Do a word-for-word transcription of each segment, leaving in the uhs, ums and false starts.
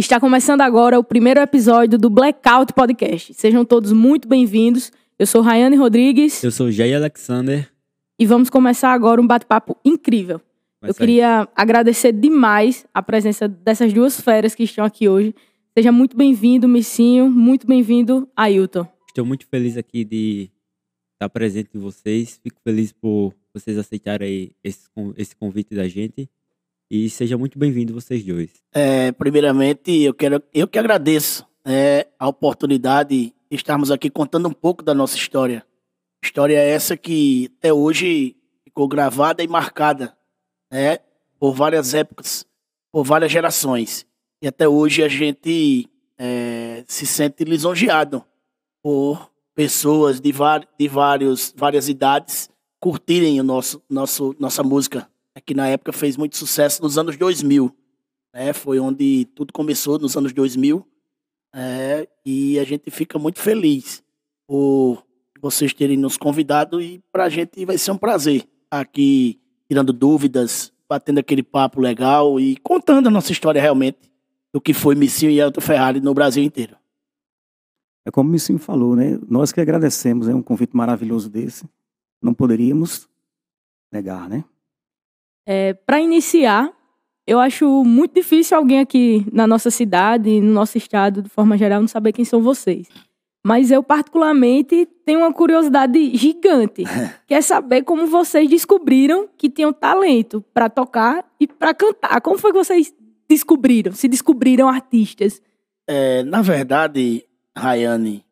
Está começando agora o primeiro episódio do Blackout Podcast. Sejam todos muito bem-vindos. Eu sou Rayane Rodrigues. Eu sou Jair Alexander. E vamos começar agora um bate-papo incrível. Vai Eu sair. queria agradecer demais a presença dessas duas feras que estão aqui hoje. Seja muito bem-vindo, Missinho. Muito bem-vindo, Ailton. Estou muito feliz aqui de estar presente com vocês. Fico feliz por vocês aceitarem esse, con- esse convite da gente. E seja muito bem-vindo vocês dois. É, primeiramente, eu, quero, eu que agradeço é, a oportunidade de estarmos aqui contando um pouco da nossa história. História essa que até hoje ficou gravada e marcada, né, por várias épocas, por várias gerações. E até hoje a gente é, se sente lisonjeado por pessoas de, var, de vários, várias idades curtirem o nosso, nosso, nossa música, que na época fez muito sucesso nos anos dois mil. Né? Foi onde tudo começou, nos anos dois mil. É, e a gente fica muito feliz por vocês terem nos convidado e pra gente vai ser um prazer aqui, tirando dúvidas, batendo aquele papo legal e contando a nossa história realmente do que foi Missinho e Ailton Ferrari no Brasil inteiro. É como o Missinho falou, né? Nós que agradecemos, é um convite maravilhoso desse. Não poderíamos negar, né? É, Para iniciar, eu acho muito difícil alguém aqui na nossa cidade, no nosso estado, de forma geral, não saber quem são vocês. Mas eu, particularmente, tenho uma curiosidade gigante. Que é saber como vocês descobriram que tinham talento para tocar e para cantar. Como foi que vocês descobriram? Se descobriram artistas? É, na verdade, Rayane,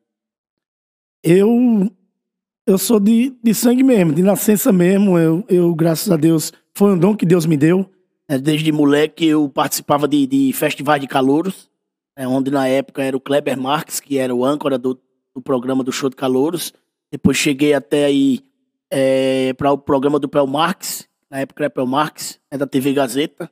eu, eu sou de, de sangue mesmo, de nascença mesmo. Eu, eu, graças a Deus, foi um dom que Deus me deu. É, desde moleque eu participava de, de festivais de calouros, é, onde na época era o Kleber Marques, que era o âncora do, do programa do Show de Calouros. Depois cheguei até aí é, para o programa do Pel Marques, na época era Pel Marques, é da T V Gazeta.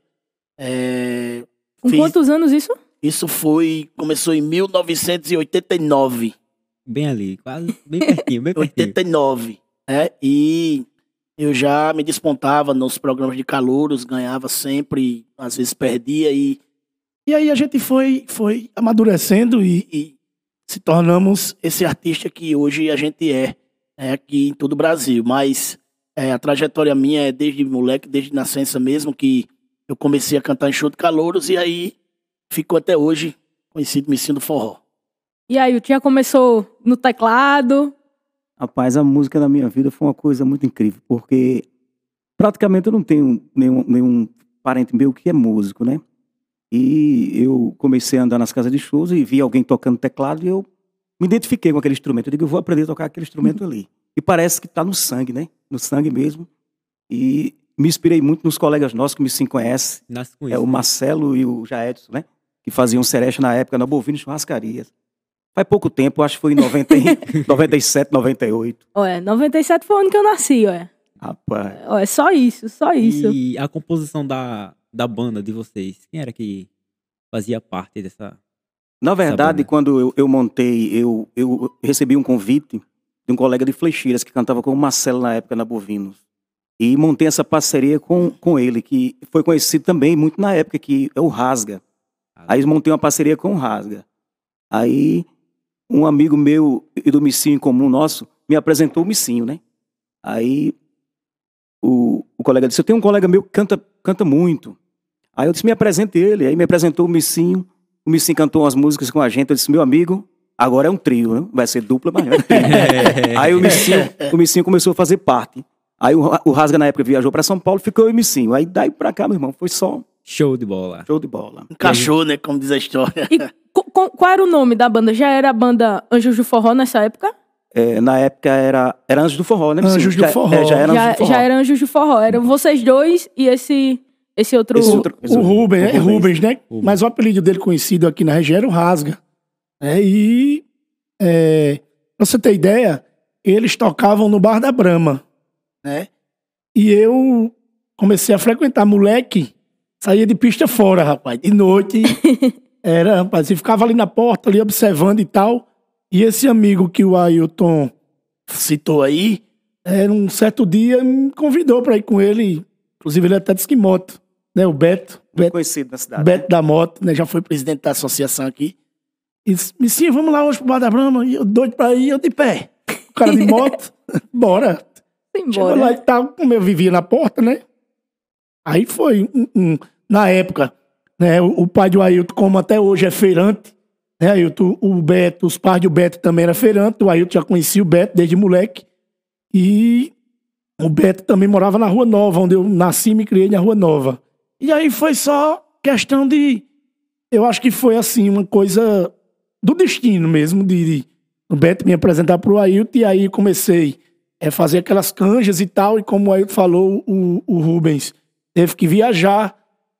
É, Com fiz- quantos anos isso? Isso foi, começou em mil novecentos e oitenta e nove. Bem ali, quase bem pertinho, bem pertinho. oitenta e nove, né? E eu já me despontava nos programas de calouros, ganhava sempre, às vezes perdia. E, e aí a gente foi, foi amadurecendo e, e se tornamos esse artista que hoje a gente é, é aqui em todo o Brasil. Mas é, a trajetória minha é desde moleque, desde nascença mesmo, que eu comecei a cantar em show de calouros e aí ficou até hoje conhecido Missinho do Forró. E aí, o Tia começou no teclado. Rapaz, a música na minha vida foi uma coisa muito incrível, porque praticamente eu não tenho nenhum, nenhum parente meu que é músico, né? E eu comecei a andar nas casas de shows e vi alguém tocando teclado e eu me identifiquei com aquele instrumento. Eu digo, eu vou aprender a tocar aquele instrumento ali. E parece que está no sangue, né? No sangue mesmo. E me inspirei muito nos colegas nossos que me sim conhecem. Nasce com É isso. o né? Marcelo e o Jaedson, né? Que faziam seresta na época na Bovino Churrascarias. Faz pouco tempo, acho que foi em noventa, e- noventa e sete, noventa e oito. Olha, noventa e sete foi o ano que eu nasci, olha. Rapaz, Olha, só isso, só isso. E a composição da, da banda de vocês, quem era que fazia parte dessa... na verdade, banda. quando eu, eu montei, eu, eu recebi um convite de um colega de Flecheiras que cantava com o Marcelo na época na Bovinos. E montei essa parceria com, com ele, que foi conhecido também muito na época, que é o Rasga. Aí montei uma parceria com o Rasga. Aí um amigo meu e do Missinho em comum nosso me apresentou o Missinho, né? Aí o, o colega disse, eu tenho um colega meu que canta, canta muito. Aí eu disse, me apresente ele. Aí me apresentou o Missinho. O Missinho cantou umas músicas com a gente. Eu disse, meu amigo, agora é um trio, né? Vai ser dupla, mas é um trio. Aí o Missinho, o Missinho começou a fazer parte. Aí o, o Rasga na época viajou para São Paulo, ficou eu e o Missinho. Aí daí pra cá, meu irmão, foi só Show de bola. show de bola. Encaixou, né? Como diz a história. E co- co- qual era o nome da banda? Já era a banda Anjos do Forró nessa época? É, na época era, era Anjos do Forró, né? Missinho? Anjos do Já- Forró. É, já era Anjos Já, do Forró. já era Anjos do Forró. Eram vocês dois e esse, esse outro... Esse outro- esse O outro- Rubens, é o Rubens, né? Rubens. Mas o apelido dele conhecido aqui na região era o Rasga. É, e, é, pra você ter ideia, eles tocavam no Bar da Brama, né? E eu comecei a frequentar, moleque, saía de pista fora, rapaz, de noite. Era, rapaz, eu ficava ali na porta, ali observando e tal. E esse amigo que o Ailton citou aí, era um certo dia, me convidou pra ir com ele. Inclusive, ele até disse que moto, né? O Beto. Beto, conhecido na cidade. Beto da Moto, né? Já foi presidente da associação aqui. E disse, Missinho, vamos lá hoje pro Bar da Brama. E eu doido pra ir, eu de pé. O cara de moto, bora. Chegou lá e tal, como eu vivia na porta, né? Aí foi, um, um, na época, né? O, o pai do Ailton, como até hoje é feirante, né? Ailton, o Beto, os pais do Beto também eram feirantes. O Ailton já conhecia o Beto desde moleque. E o Beto também morava na Rua Nova, onde eu nasci e me criei na Rua Nova. E aí foi só questão de... Eu acho que foi assim, uma coisa do destino mesmo, de, de o Beto me apresentar pro Ailton, e aí comecei a é, fazer aquelas canjas e tal, e como o Ailton falou, o, o Rubens teve que viajar,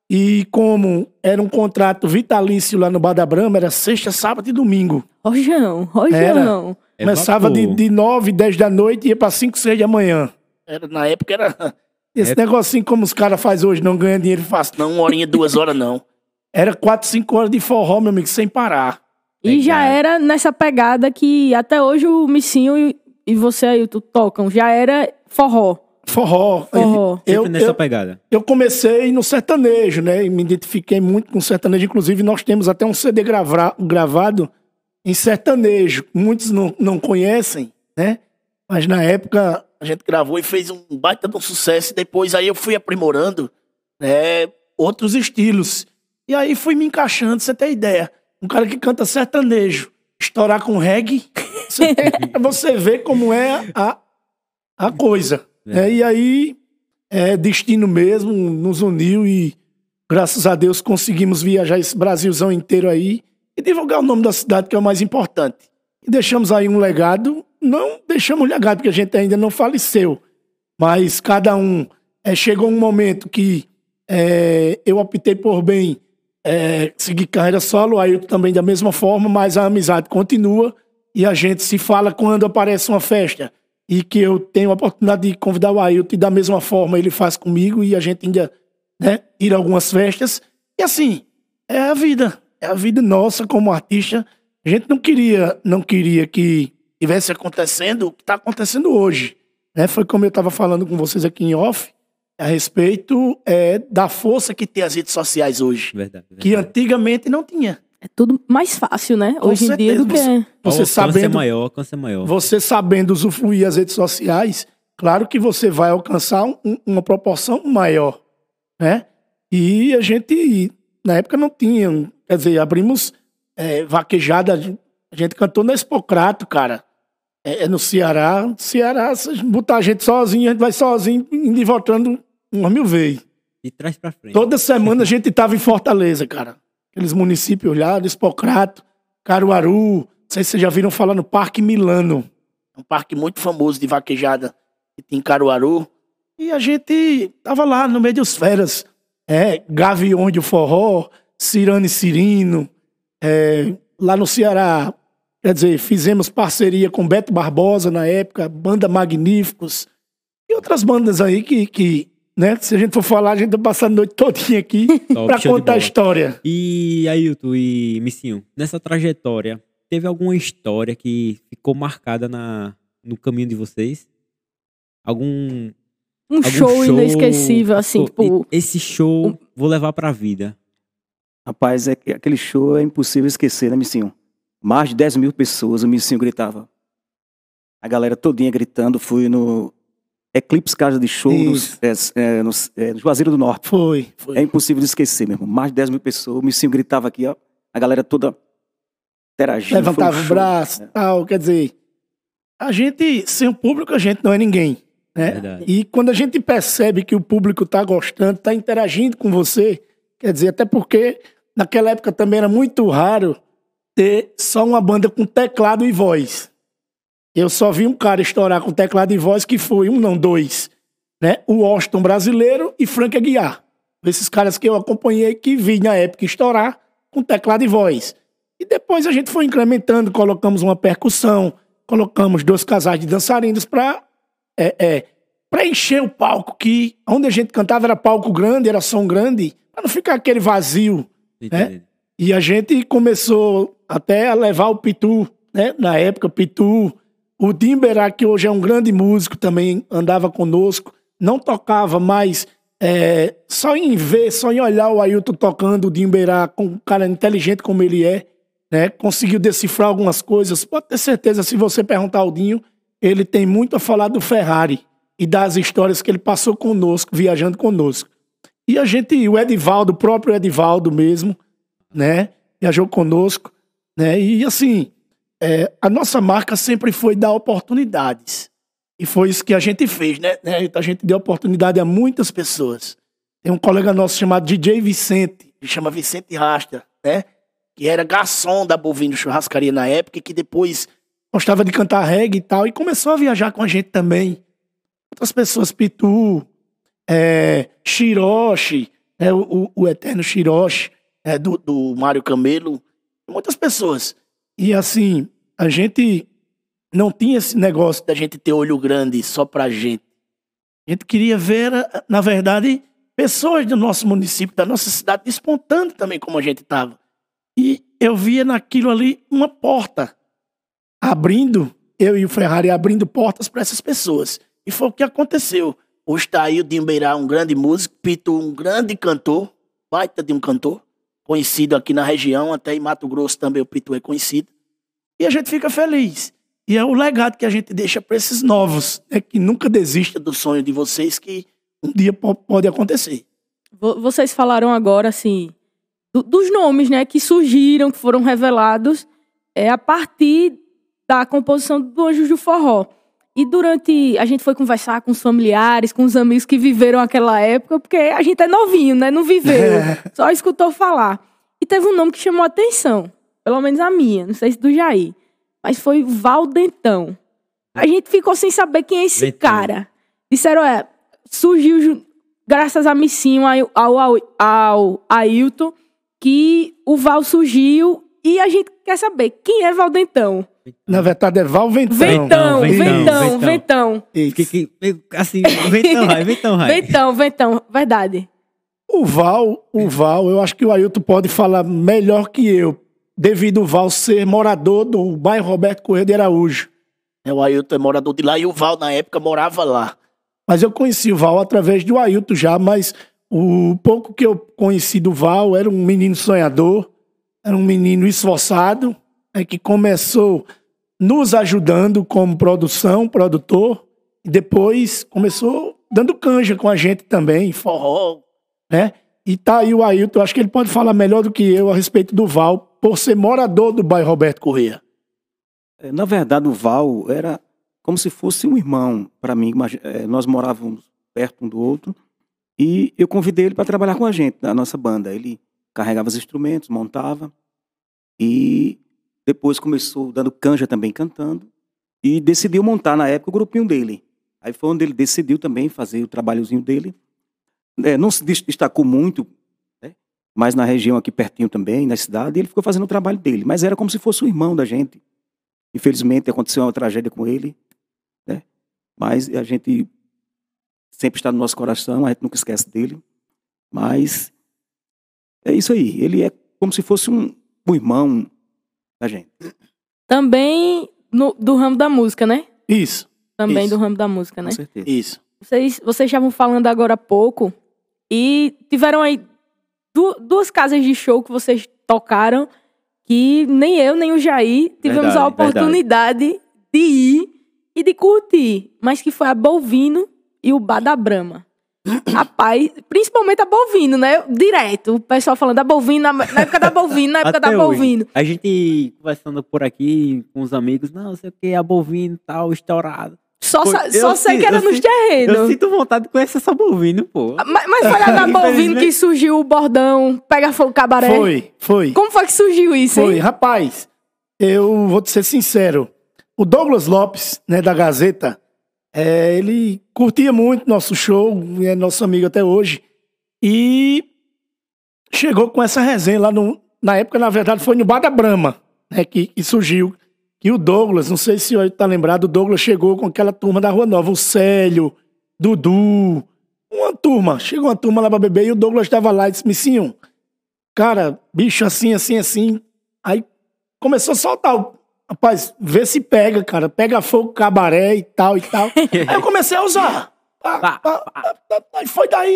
e como era um contrato vitalício lá no Bar da Brama, era sexta, sábado e domingo. Rojão, rojão. Começava de, de nove, dez da noite e ia pra cinco, seis da manhã. Era, na época era esse é. negocinho como os caras fazem hoje, não ganha dinheiro fácil, não, uma horinha, duas horas não. Era quatro, cinco horas de forró, meu amigo, sem parar. E é, já cara. Era nessa pegada que até hoje o Missinho e, e você aí tocam, já era forró. Forró. Forró. Eu, Sempre nessa eu, pegada. Eu comecei no sertanejo, né? E me identifiquei muito com sertanejo. Inclusive, nós temos até um C D grava, gravado em sertanejo. Muitos não, não conhecem, né? Mas na época a gente gravou e fez um baita de um sucesso. E depois aí eu fui aprimorando, né, outros estilos. E aí fui me encaixando, você tem ideia. Um cara que canta sertanejo, estourar com reggae, você, você vê como é a, a coisa. É. É, e aí, é, destino mesmo, nos uniu e, graças a Deus, conseguimos viajar esse Brasilzão inteiro aí e divulgar o nome da cidade, que é o mais importante. E deixamos aí um legado, não deixamos um legado, porque a gente ainda não faleceu, mas cada um, é, chegou um momento que é, eu optei por bem é, seguir carreira solo, aí eu também da mesma forma, mas a amizade continua e a gente se fala quando aparece uma festa. E que eu tenho a oportunidade de convidar o Ailton e da mesma forma ele faz comigo e a gente ainda, né, ir a algumas festas. E assim, é a vida. É a vida nossa como artista. A gente não queria, não queria que tivesse acontecendo o que está acontecendo hoje. Né? Foi como eu estava falando com vocês aqui em off, a respeito é, da força que tem as redes sociais hoje. Verdade, verdade. Que antigamente não tinha. É tudo mais fácil, né? Com hoje certeza. em dia do que... Você, você sabendo, é maior, alcance é maior. Você sabendo usufruir as redes sociais, claro que você vai alcançar um, uma proporção maior, né? E a gente, na época não tinha, quer dizer, abrimos é, vaquejada, a gente cantou na Expocrato, cara. É, é no Ceará. Ceará, se botar a gente sozinho, a gente vai sozinho, indo e voltando umas mil vezes. E traz pra frente. Toda semana a gente tava em Fortaleza, cara. Aqueles municípios lá, Expocrato, Caruaru, não sei se vocês já viram falar no Parque Milano. É um parque muito famoso de vaquejada que tem em Caruaru. E a gente tava lá no meio das feras. É, Gaviões do Forró, Cirane Cirino. É, lá no Ceará, quer dizer, fizemos parceria com Beto Barbosa na época, Banda Magníficos. E outras bandas aí que... que né? Se a gente for falar, a gente vai passar a noite todinha aqui pra contar a história. E Ailton e Missinho, nessa trajetória, teve alguma história que ficou marcada na, no caminho de vocês? Algum... Um algum show, show inesquecível, assim, tipo... Esse show um... vou levar pra vida. Rapaz, é, aquele show é impossível esquecer, né, Missinho? Mais de dez mil pessoas, o Missinho gritava. A galera todinha gritando, fui no... Eclipse Casa de Show no, é, é, no, é, no Juazeiro do Norte. Foi, foi. É impossível de esquecer, meu irmão. Mais de dez mil pessoas. O Missinho gritava aqui, ó. A galera toda interagindo. Levantava um o braço, é. tal. Quer dizer, a gente, sem o público, a gente não é ninguém. Né? Verdade. E quando a gente percebe que o público tá gostando, tá interagindo com você, quer dizer, até porque naquela época também era muito raro ter só uma banda com teclado e voz. Eu só vi um cara estourar com teclado e voz que foi, um não, dois, né? O Austin brasileiro e Frank Aguiar. Esses caras que eu acompanhei que vi na época estourar com teclado e voz. E depois a gente foi incrementando, colocamos uma percussão, colocamos dois casais de dançarinos para é, é, preencher o palco, que onde a gente cantava era palco grande, era som grande, para não ficar aquele vazio. Né? E a gente começou até a levar o Pitu, né? Na época, o Pitu... O Dimberá, que hoje é um grande músico, também andava conosco. Não tocava, mas É, só em ver, só em olhar o Ailton tocando o Dimberá com um cara inteligente como ele é, né? Conseguiu decifrar algumas coisas. Pode ter certeza, se você perguntar ao Dinho, ele tem muito a falar do Ferrari e das histórias que ele passou conosco, viajando conosco. E a gente, o Edivaldo, o próprio Edivaldo mesmo, né? Viajou conosco, né? E assim, é, a nossa marca sempre foi dar oportunidades. E foi isso que a gente fez, né? A gente deu oportunidade a muitas pessoas. Tem um colega nosso chamado D J Vicente, que chama Vicente Rasta, né? Que era garçom da Bovino Churrascaria na época, e que depois gostava de cantar reggae e tal, e começou a viajar com a gente também. Outras pessoas, Pitu, é, Shiroshi, é, o, o, o eterno Shiroshi, é, do, do Mário Camelo, muitas pessoas. E assim, a gente não tinha esse negócio da gente ter olho grande só pra gente. A gente queria ver, na verdade, pessoas do nosso município, da nossa cidade, despontando também como a gente estava. E eu via naquilo ali uma porta abrindo, eu e o Ferrari abrindo portas para essas pessoas. E foi o que aconteceu. Hoje está aí o Dimberá, um grande músico, Pitu, um grande cantor, baita de um cantor, conhecido aqui na região, até em Mato Grosso também o Pitu é conhecido. E a gente fica feliz. E é o legado que a gente deixa para esses novos, né, que nunca desista do sonho de vocês, que um dia pode acontecer. Vocês falaram agora, assim, do, dos nomes, né, que surgiram, que foram revelados é, a partir da composição do Anjos do Forró. E durante... A gente foi conversar com os familiares, com os amigos que viveram aquela época, porque a gente é novinho, né, não viveu, só escutou falar. E teve um nome que chamou a atenção, pelo menos a minha, não sei se do Jair. Mas foi Valdentão. A gente ficou sem saber quem é esse Ventão. cara. Disseram, é, surgiu graças a Missinho, ao, ao, ao Ailton, que o Val surgiu e a gente quer saber quem é Valdentão. Na verdade é Valventão. Ventão, Ventão, Ventão. Que, que, assim, Ventão, Rai, Ventão, Rai. Ventão, Ventão, verdade. O Val, o Val, eu acho que o Ailton pode falar melhor que eu, devido ao Val ser morador do bairro Roberto Correia de Araújo. O Ailton é morador de lá e o Val, na época, morava lá. Mas eu conheci o Val através do Ailton já, mas o pouco que eu conheci do Val era um menino sonhador, era um menino esforçado, né, que começou nos ajudando como produção, produtor, e depois começou dando canja com a gente também, forró, né? E tá aí o Ailton, acho que ele pode falar melhor do que eu a respeito do Val, por ser morador do bairro Roberto Correia. Na verdade, o Val era como se fosse um irmão para mim. Nós morávamos perto um do outro e eu convidei ele para trabalhar com a gente, na nossa banda. Ele carregava os instrumentos, montava e depois começou dando canja também, cantando, e decidiu montar na época o grupinho dele. Aí foi onde ele decidiu também fazer o trabalhozinho dele. É, não se destacou muito, né? Mas na região aqui pertinho também, na cidade, ele ficou fazendo o trabalho dele. Mas era como se fosse o irmão da gente. Infelizmente aconteceu uma tragédia com ele, né? Mas a gente sempre está no nosso coração, a gente nunca esquece dele. Mas é isso aí, ele é como se fosse um, um irmão da gente. Também no, do ramo da música, né? Isso. Também isso. do ramo da música, né? Com certeza. Isso. Vocês, vocês estavam falando agora há pouco e tiveram aí du duas casas de show que vocês tocaram que nem eu, nem o Jair tivemos verdade, a oportunidade verdade. de ir e de curtir, mas que foi a Bovino e o Bar da Brama. Rapaz, principalmente a Bovino, né? Direto, o pessoal falando da Bovino, na, na época da Bovino, na época Até da Bovino. Hoje. A gente conversando por aqui com os amigos, não, sei o que, a Bovino e tal, estourado. Só, Pô, só sei que era nos terrenos. Eu sinto vontade de conhecer essa Bovino, pô. Mas, mas foi lá da Bovino que surgiu o bordão Pega Fogo Cabaré? Foi, foi. Como foi que surgiu isso, Foi, hein? rapaz, eu vou te ser sincero. O Douglas Lopes, né, da Gazeta, é, ele curtia muito nosso show, é nosso amigo até hoje. E chegou com essa resenha lá no... Na época, na verdade, foi no Bar da Brama, né, que, que surgiu. E o Douglas, não sei se você tá lembrado, o Douglas chegou com aquela turma da Rua Nova, o Célio, Dudu, uma turma, chegou uma turma lá pra beber e o Douglas tava lá e disse, Missinho, cara, bicho assim, assim, assim. Aí começou a soltar o... Rapaz, vê se pega, cara, pega fogo, cabaré e tal e tal. Aí eu comecei a usar. Pá, pá, pá, pá, aí foi daí,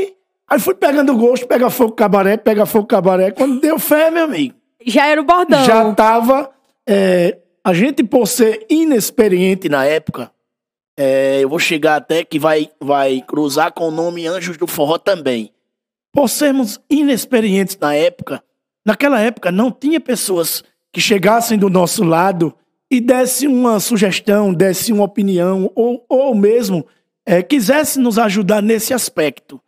Aí fui pegando gosto, pega fogo cabaré, pega fogo cabaré. Quando deu fé, meu amigo, Já era o bordão. já tava... é, a gente, por ser inexperiente na época, é, eu vou chegar até que vai, vai cruzar com o nome Anjos do Forró também. Por sermos inexperientes na época, naquela época não tinha pessoas que chegassem do nosso lado e dessem uma sugestão, dessem uma opinião, ou, ou mesmo é, quisessem nos ajudar nesse aspecto.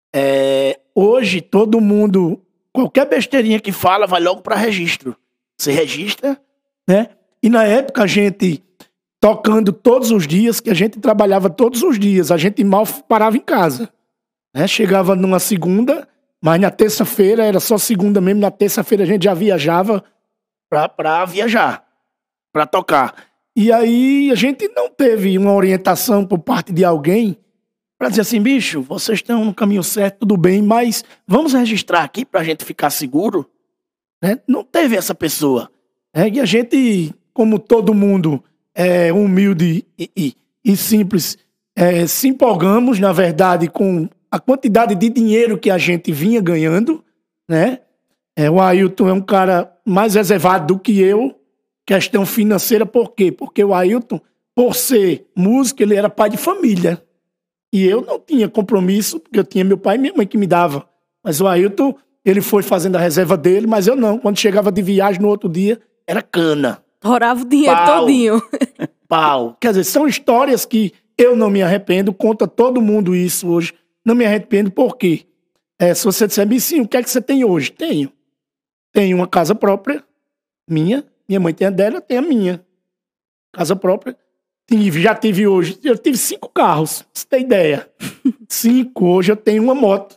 É, hoje, todo mundo, qualquer besteirinha que fala, vai logo para registro. Você registra, né? E na época a gente tocando todos os dias, que a gente trabalhava todos os dias, a gente mal parava em casa. Né? Chegava numa segunda, mas na terça-feira, era só segunda mesmo, na terça-feira a gente já viajava pra, pra viajar, pra tocar. E aí a gente não teve uma orientação por parte de alguém pra dizer assim, bicho, vocês estão no caminho certo, tudo bem, mas vamos registrar aqui pra gente ficar seguro? Né? Não teve essa pessoa. Né? E a gente, como todo mundo é humilde e, e, e simples, é, se empolgamos, na verdade, com a quantidade de dinheiro que a gente vinha ganhando, né? É, o Ailton é um cara mais reservado do que eu, questão financeira, por quê? Porque o Ailton, por ser músico, ele era pai de família. E eu não tinha compromisso, porque eu tinha meu pai e minha mãe que me dava. Mas o Ailton, ele foi fazendo a reserva dele, mas eu não. Quando chegava de viagem no outro dia, era cana. Torava o dinheiro Pau. todinho. Pau. Quer dizer, são histórias que eu não me arrependo, conta todo mundo isso hoje. Não me arrependo, por quê? É, se você disser, sim, o que é que você tem hoje? Tenho. Tenho uma casa própria, minha. Minha mãe tem a dela, eu tenho a minha. Casa própria. Tive, já tive hoje. Eu tive cinco carros, pra você ter ideia. Cinco. Hoje eu tenho uma moto.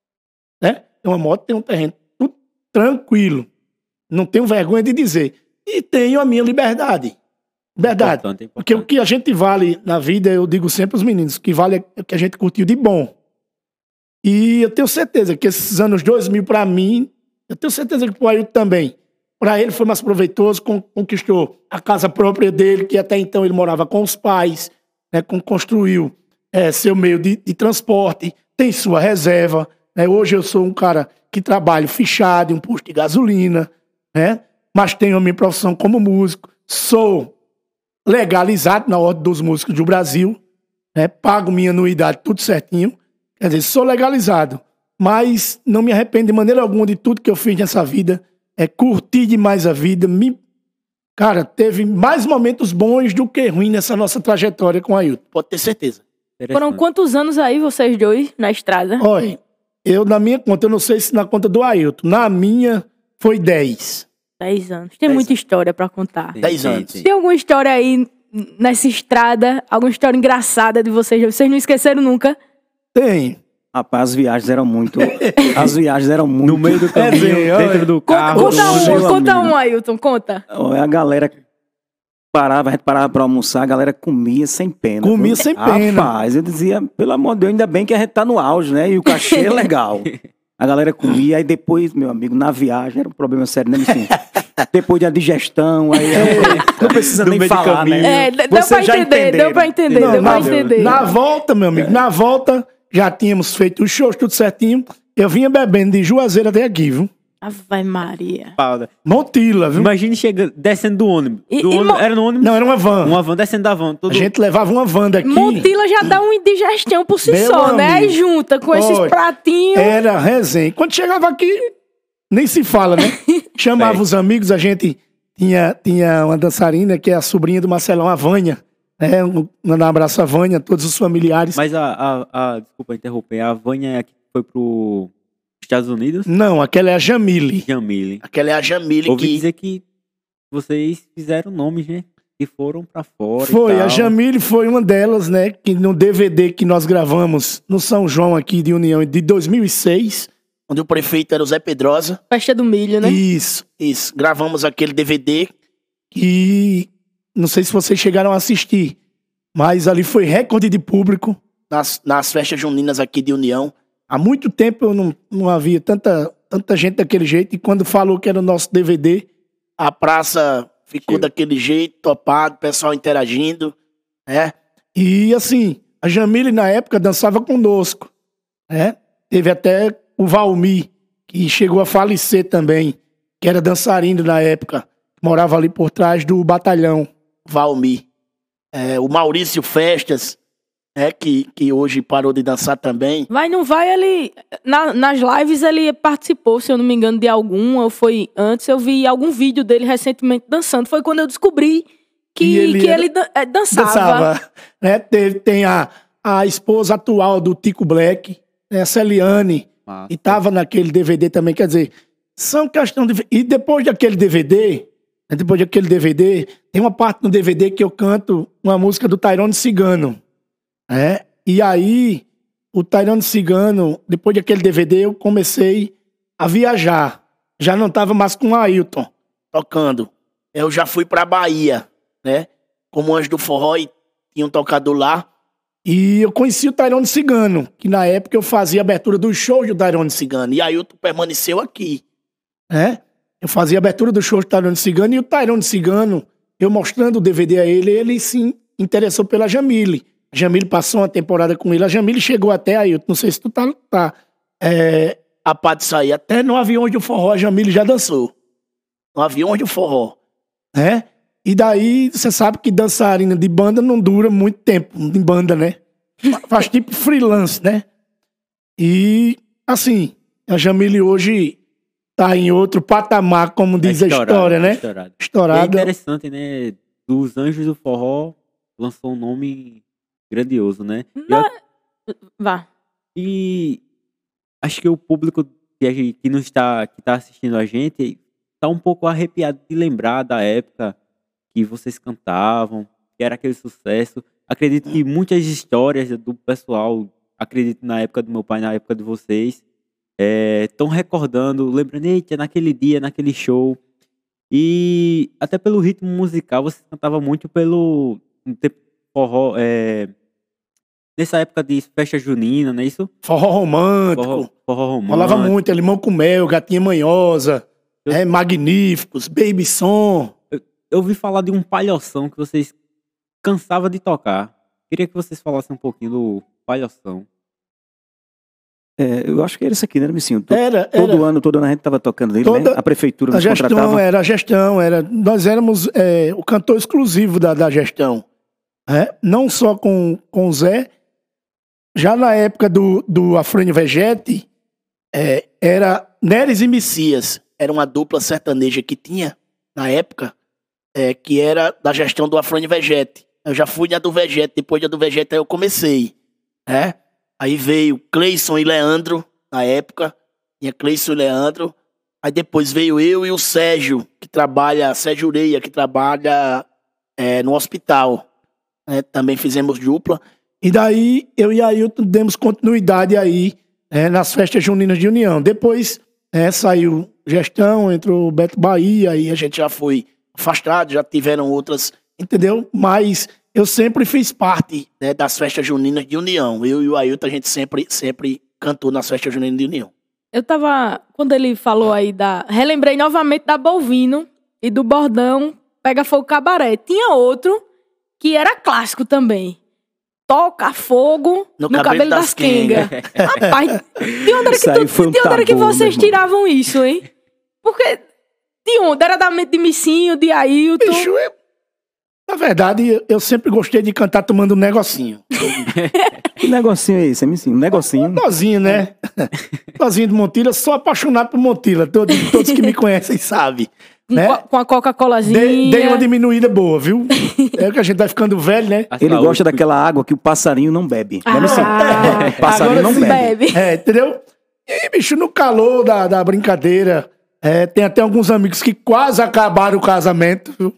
Né? Tenho uma moto, tenho um terreno. Tudo tranquilo. Não tenho vergonha de dizer. E tenho a minha liberdade. Liberdade. Importante, importante. Porque o que a gente vale na vida, eu digo sempre aos meninos, o que vale é o que a gente curtiu de bom. E eu tenho certeza que esses anos dois mil, pra mim, eu tenho certeza que pro Ailton também. Pra ele foi mais proveitoso, conquistou a casa própria dele, que até então ele morava com os pais, né, construiu é, seu meio de, de transporte, tem sua reserva. Né? Hoje eu sou um cara que trabalho fichado em um posto de gasolina, né? Mas tenho a minha profissão como músico, sou legalizado na Ordem dos Músicos do Brasil, né? Pago minha anuidade tudo certinho, quer dizer, sou legalizado, mas não me arrependo de maneira alguma de tudo que eu fiz nessa vida, é curtir demais a vida, me... cara, teve mais momentos bons do que ruins nessa nossa trajetória com o Ailton, pode ter certeza. Foram quantos anos aí vocês dois na estrada? Olha, eu na minha conta, eu não sei se na conta do Ailton, na minha foi dez. Dez anos. Tem Dez muita anos. história pra contar. Dez anos. Tem alguma história aí nessa estrada, alguma história engraçada de vocês? Vocês não esqueceram nunca? Tem. Rapaz, as viagens eram muito... As viagens eram muito... No meio do caminho, É, dentro olha. do Conta, carro. conta no um, meu conta amigo. um, Ailton, conta. A galera parava, a gente parava pra almoçar, a galera comia sem pena. Comia viu? sem pena. Rapaz, eu dizia, pelo amor de Deus, ainda bem que a gente tá no auge, né? E o cachê é legal. A galera comia, aí depois, meu amigo, na viagem, era um problema sério, né, assim, depois da digestão, aí não precisa Do nem meio de falar, caminho. né? É, d- deu Vocês pra já entender, entenderam. deu pra entender, Não, deu pra na, entender. na volta, meu amigo, na volta, já tínhamos feito os shows, tudo certinho. Eu vinha bebendo de Juazeiro até aqui, viu? Ave Maria. Paulo, Montila, viu? imagine chegando, descendo do ônibus. E- Do e ônibus- mo- Era no ônibus? Não, era uma van. Uma van, descendo da van. Todo... A gente levava uma van daqui. Montila já dá uma indigestão por si Meu só, né? Aí amigo. junta com esses Olha, pratinhos. Era resenha. Quando chegava aqui, nem se fala, né? Chamava É. os amigos, a gente tinha, tinha uma dançarina que é a sobrinha do Marcelão, a Vânia. Né? Um, um abraço a Vânia, todos os familiares. Mas a, a, a... Desculpa interromper. A Vânia é a que foi pro Estados Unidos? Não, aquela é a Jamile. Jamile. Aquela é a Jamile Ouvi que... dizer que vocês fizeram nomes, né? Que foram pra fora Foi, e tal. a Jamile foi uma delas, né? Que no D V D que nós gravamos no São João aqui de União de dois mil e seis, onde o prefeito era o Zé Pedrosa. Festa do milho, né? Isso, isso. Gravamos aquele D V D e não sei se vocês chegaram a assistir, mas ali foi recorde de público nas, nas festas juninas aqui de União. Há muito tempo eu não, não havia tanta, tanta gente daquele jeito e quando falou que era o nosso D V D, a praça ficou Cheio. daquele jeito, topado, pessoal interagindo, né? E assim, a Jamile na época dançava conosco, né? Teve até o Valmir, que chegou a falecer também, que era dançarino na época, morava ali por trás do batalhão. Valmir. É, o Maurício Festas, é, que, que hoje parou de dançar também. Vai, não vai, ele... Na, nas lives ele participou, se eu não me engano, de alguma, ou foi antes, eu vi algum vídeo dele recentemente dançando. Foi quando eu descobri que ele, que ele dan- é, dançava. dançava né? Tem, tem a, a esposa atual do Tico Black, né? A Celiane, ah, e tava naquele D V D também, quer dizer, são questão de... E depois daquele D V D, né? depois daquele D V D, tem uma parte no D V D que eu canto uma música do Tairone Cigano, né? E aí, o Tairone Cigano, depois daquele D V D, eu comecei a viajar. Já não tava mais com o Ailton tocando. Eu já fui pra Bahia, né? Como Anjo do Forró, e tinha um tocador lá. E eu conheci o Tairone Cigano, que na época eu fazia a abertura dos shows do Tairone Cigano. E aí Ailton permaneceu aqui, né? Eu fazia a abertura dos shows do Tairone Cigano, e o Tairone Cigano, eu mostrando o D V D a ele, ele se interessou pela Jamile. A Jamile passou uma temporada com ele. A Jamile chegou até aí, não sei se tu tá, tá é, a par disso aí. Até no Aviões do Forró a Jamile já dançou. No Aviões do Forró, né? E daí, você sabe que dançarina de banda não dura muito tempo, em banda, né? Faz tipo freelance, né? E, assim, a Jamile hoje tá em outro patamar, como diz é a história, né? Estourado. Estourada. É interessante, né? Dos Anjos do Forró, lançou um nome grandioso, né? Não... Eu... Vá. E acho que o público que, que, não está, que tá assistindo a gente tá um pouco arrepiado de lembrar da época que vocês cantavam, que era aquele sucesso. Acredito que muitas histórias do pessoal, acredito na época do meu pai, na época de vocês, estão é, recordando, lembrando, eita, naquele dia, naquele show. E até pelo ritmo musical, você cantava muito pelo forró, é, nessa época de festa junina, não é isso? Forró romântico. Forró, forró romântico. Falava muito, é Limão com Mel, Gatinha Manhosa, eu... é, Magníficos, Baby Som. Eu, eu ouvi falar de um palhoção que vocês cansavam de tocar. Queria que vocês falassem um pouquinho do palhoção. É, eu acho que era isso aqui, né, Micinho? Todo, era, todo era. ano, todo ano a gente estava tocando nele, Toda, né? A prefeitura nos a gestão, contratava. Era a gestão, era, nós éramos é, o cantor exclusivo da, da gestão. É? Não só com, com o Zé, já na época do, do Afrânio Vegete, é, era Neres e Messias, era uma dupla sertaneja que tinha, na época, é, que era da gestão do Afrânio Vegete. Eu já fui na do Vegete, depois da do Vegete aí eu comecei, né? Aí veio Cleison e Leandro, na época, tinha Cleison e Leandro. Aí depois veio eu e o Sérgio, que trabalha, Sérgio Ureia, que trabalha é, no hospital. É, também fizemos dupla. E daí eu e Ailton demos continuidade aí é, nas festas juninas de União. Depois é, saiu gestão, entrou o Beto Bahia, aí a gente já foi afastado, já tiveram outras, entendeu? Mas eu sempre fiz parte, né, das festas juninas de União. Eu e o Ailton, a gente sempre, sempre cantou nas festas juninas de União. Eu tava, quando ele falou aí da... Relembrei novamente da Bolvino e do bordão Pega Fogo Cabaré. Tinha outro que era clássico também. Toca fogo no, no cabelo, cabelo das, das quengas. Rapaz, de onde era que, tu, um de onde era que vocês tiravam isso, hein? Porque de onde? Era da mente de Missinho, de Ailton? Bicho, eu... Na verdade, eu sempre gostei de cantar tomando um negocinho. Que negocinho é esse, Missinho? Um negocinho? Um negocinho, né? Negocinho de Montila. Eu sou apaixonado por Montila. Todos, todos que me conhecem sabem. Né? Com a Coca-Colazinha. Dei, dei uma diminuída boa, viu? É que a gente vai ficando velho, né? Ele gosta daquela água que o passarinho não bebe. Ah, não é, o passarinho não bebe. bebe. É, entendeu? E aí, bicho, no calor da, da brincadeira, é, tem até alguns amigos que quase acabaram o casamento, viu?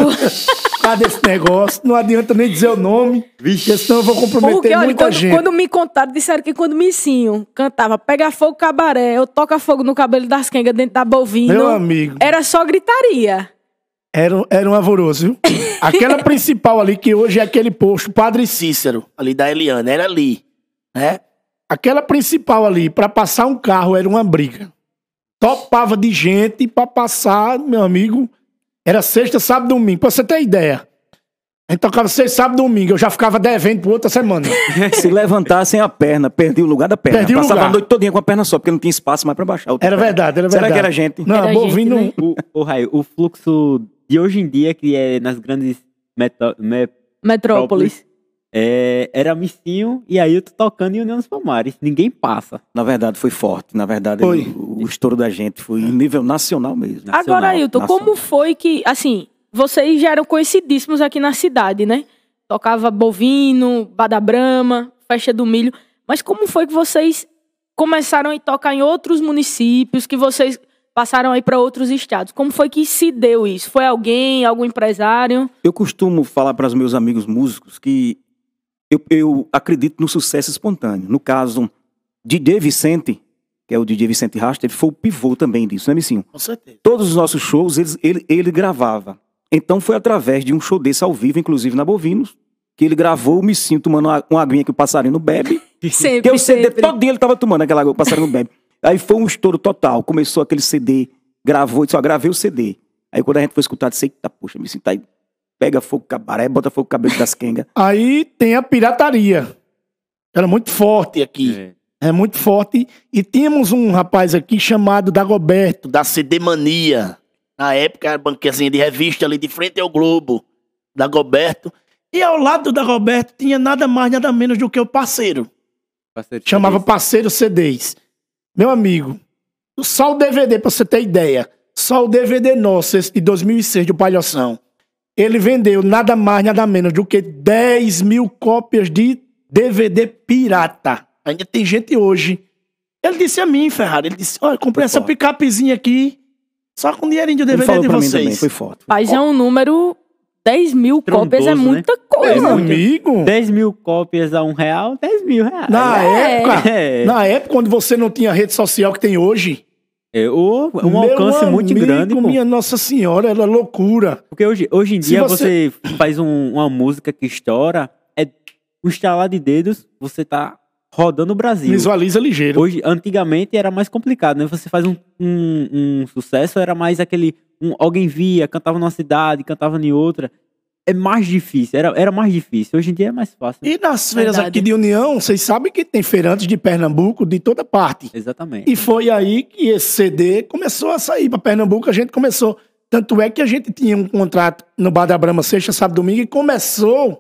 Cadê esse negócio? Não adianta nem dizer o nome, porque senão eu vou comprometer porque, olha, muita quando, gente. Quando me contaram, disseram que quando Missinho cantava Pega Fogo Cabaré, eu toca fogo no cabelo das quengas dentro da Bovino. Meu amigo. Era só gritaria. Era, era um alvoroço, viu? Aquela principal ali, que hoje é aquele posto Padre Cícero, ali da Eliana, era ali, né? Aquela principal ali, pra passar um carro, era uma briga. Topava de gente pra passar, meu amigo... Era sexta, sábado, domingo, pra você ter ideia. A gente tocava seis sábado e domingo. Eu já ficava devendo por outra semana. Se levantassem a perna, perdi o lugar da perna. Perdi o Passava lugar. a noite todinha com a perna só, porque não tinha espaço mais pra baixar. outra Era perna. verdade, era Será verdade. que era gente? Não, Era bovino... gente, né? O, o, Raio, o fluxo de hoje em dia, que é nas grandes meto, me, Metrópolis. é, era Missinho e aí eu tô tocando em União dos Palmares. Ninguém passa. Na verdade, foi forte. Na verdade, Foi. O, o estouro da gente foi em nível nacional mesmo. Nacional, Agora, Ailton, nacional. como foi que, assim, vocês já eram conhecidíssimos aqui na cidade, né? Tocava bovino, Bada Brama, Festa do Milho. Mas como foi que vocês começaram a tocar em outros municípios, que vocês passaram aí para outros estados? Como foi que se deu isso? Foi alguém, algum empresário? Eu costumo falar para os meus amigos músicos que eu, eu acredito no sucesso espontâneo. No caso, D J Vicente, que é o D J Vicente Rasta, ele foi o pivô também disso, né, Missinho? Com certeza. Todos os nossos shows, eles- ele, ele gravava. Então foi através de um show desse ao vivo, inclusive na Bovinos, que ele gravou o Missinho tomando uma, uma aguinha que o passarinho bebe. Sempre, Porque o C D sempre. todo dia ele tava tomando aquela água que o passarinho bebe. Aí foi um estouro total. Começou aquele C D, gravou, e só gravei o C D. Aí quando a gente foi escutar, disse, eita, poxa, Missinho, tá aí. Pega fogo cabaré, bota fogo cabelo das quengas. Aí tem a pirataria. Era muito forte aqui. É. É muito forte. E tínhamos um rapaz aqui chamado Dagoberto, da C D Mania. Na época, era banquezinha de revista ali de frente ao Globo. Dagoberto. E ao lado do Dagoberto tinha nada mais, nada menos do que o parceiro. Parceiro de Chamava C Ds. Parceiro C Ds. Meu amigo, só o D V D, pra você ter ideia. Só o D V D nosso, esse de dois mil e seis, do Palhoção. Ele vendeu nada mais, nada menos do que dez mil cópias de D V D pirata. Ainda tem gente hoje. Ele disse a mim, Ferrari, ele disse, olha, comprei Foi essa forte. picapezinha aqui, só com dinheirinho de Ele D V D falou de pra mim vocês. também, foi forte. Mas é um número... dez mil Trondoso, cópias é né? muita coisa. Meu muito. amigo, dez mil cópias a um real, dez mil reais. na É. época, É. na época, quando você não tinha rede social que tem hoje, É, o- um meu alcance muito amigo, grande, pô. minha Nossa Senhora, era loucura. Porque hoje, hoje em Se dia você- você, faz um- uma música que estoura, é um estalar de dedos, você tá rodando o Brasil. Visualiza ligeiro. Hoje, antigamente era mais complicado, né? Você faz um, um, um sucesso, era mais aquele. Um, alguém via, cantava numa cidade, cantava em outra. É mais difícil, era, era mais difícil. Hoje em dia é mais fácil. Né? E nas feiras Verdade. aqui de União, vocês sabem que tem feirantes de Pernambuco de toda parte. Exatamente. E foi aí que esse C D começou a sair para Pernambuco, a gente começou. Tanto é que a gente tinha um contrato no Bar da Brama sexta, sábado, domingo, e começou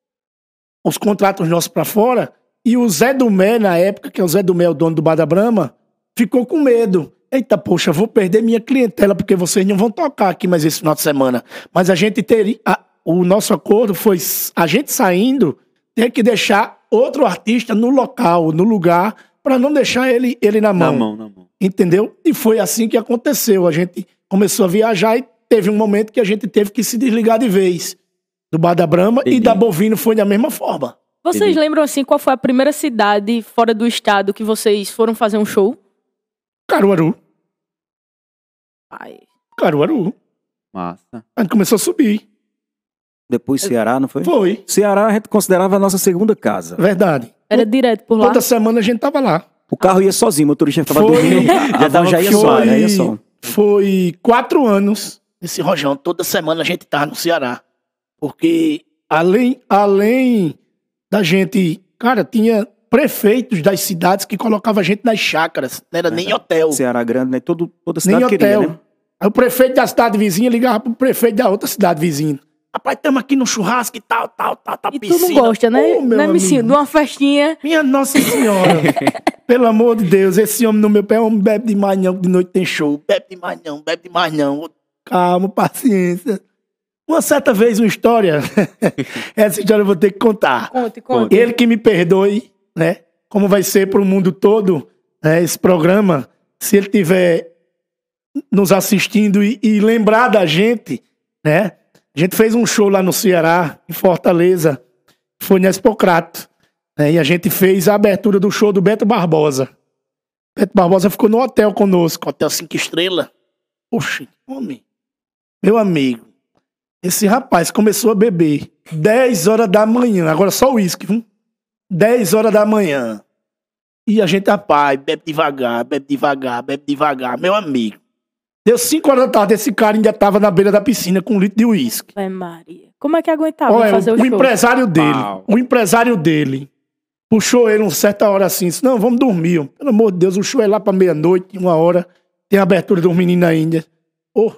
os contratos nossos para fora. E o Zé Dumé, na época, que é o Zé Dumé, o dono do Bar da Brama, ficou com medo. Eita, poxa, vou perder minha clientela, porque vocês não vão tocar aqui mais esse final de semana. Mas a gente teria... a- o nosso acordo foi, a gente saindo, ter que deixar outro artista no local, no lugar, para não deixar ele, ele na mão. Na mão, na mão. Entendeu? E foi assim que aconteceu. A gente começou a viajar e teve um momento que a gente teve que se desligar de vez do Bar da Brama. Entendi. E da Bovino foi da mesma forma. Vocês Entendi. lembram, assim, qual foi a primeira cidade fora do estado que vocês foram fazer um show? Caruaru. Ai, Caruaru. Massa. A gente começou a subir. Depois Ceará, não foi? Foi. Ceará a gente considerava a nossa segunda casa. Verdade. era direto por lá? Toda semana a gente tava lá. O carro ia sozinho, o motorista ficava Foi. dormindo, a van já ia só, né? Ia só. Foi quatro anos nesse rojão. Toda semana a gente tava no Ceará. Porque além, além da gente... Cara, tinha prefeitos das cidades que colocavam a gente nas chácaras. Não era nem hotel. Ceará grande, né? Todo, toda Nem cidade queria, hotel. né? Aí o prefeito da cidade vizinha ligava pro prefeito da outra cidade vizinha. Rapaz, estamos aqui no churrasco e tal, tal, tal, tal, E tu piscina. não gosta, né? Ô, meu né, Missinho? amigo. De uma festinha. Minha Nossa Senhora. Pelo amor de Deus, esse homem no meu pé, homem bebe demais não, de noite tem show. Bebe demais não, bebe demais não. Calma, paciência. Uma certa vez, uma história, essa história eu vou ter que contar. Conte, conte. Ele que me perdoe, né? Como vai ser pro mundo todo, né, esse programa, se ele tiver nos assistindo e, e lembrar da gente, né? A gente fez um show lá no Ceará, em Fortaleza, foi no Expocrato, né? E a gente fez a abertura do show do Beto Barbosa. Beto Barbosa ficou no hotel conosco, hotel cinco estrelas. Oxe, homem, meu amigo, esse rapaz começou a beber dez horas da manhã, agora só o uísque, viu? dez horas da manhã. E a gente, rapaz, bebe devagar, bebe devagar, bebe devagar. Meu amigo, Deu cinco horas da tarde, esse cara ainda tava na beira da piscina com um litro de uísque. Vai, Maria. Como é que aguentava Olha, fazer o, o, show? o empresário dele, Uau. o empresário dele, puxou ele uma certa hora assim, disse, não, vamos dormir. Ó. Pelo amor de Deus, o show é lá pra meia-noite, uma hora, tem a abertura dos meninos ainda. Oh.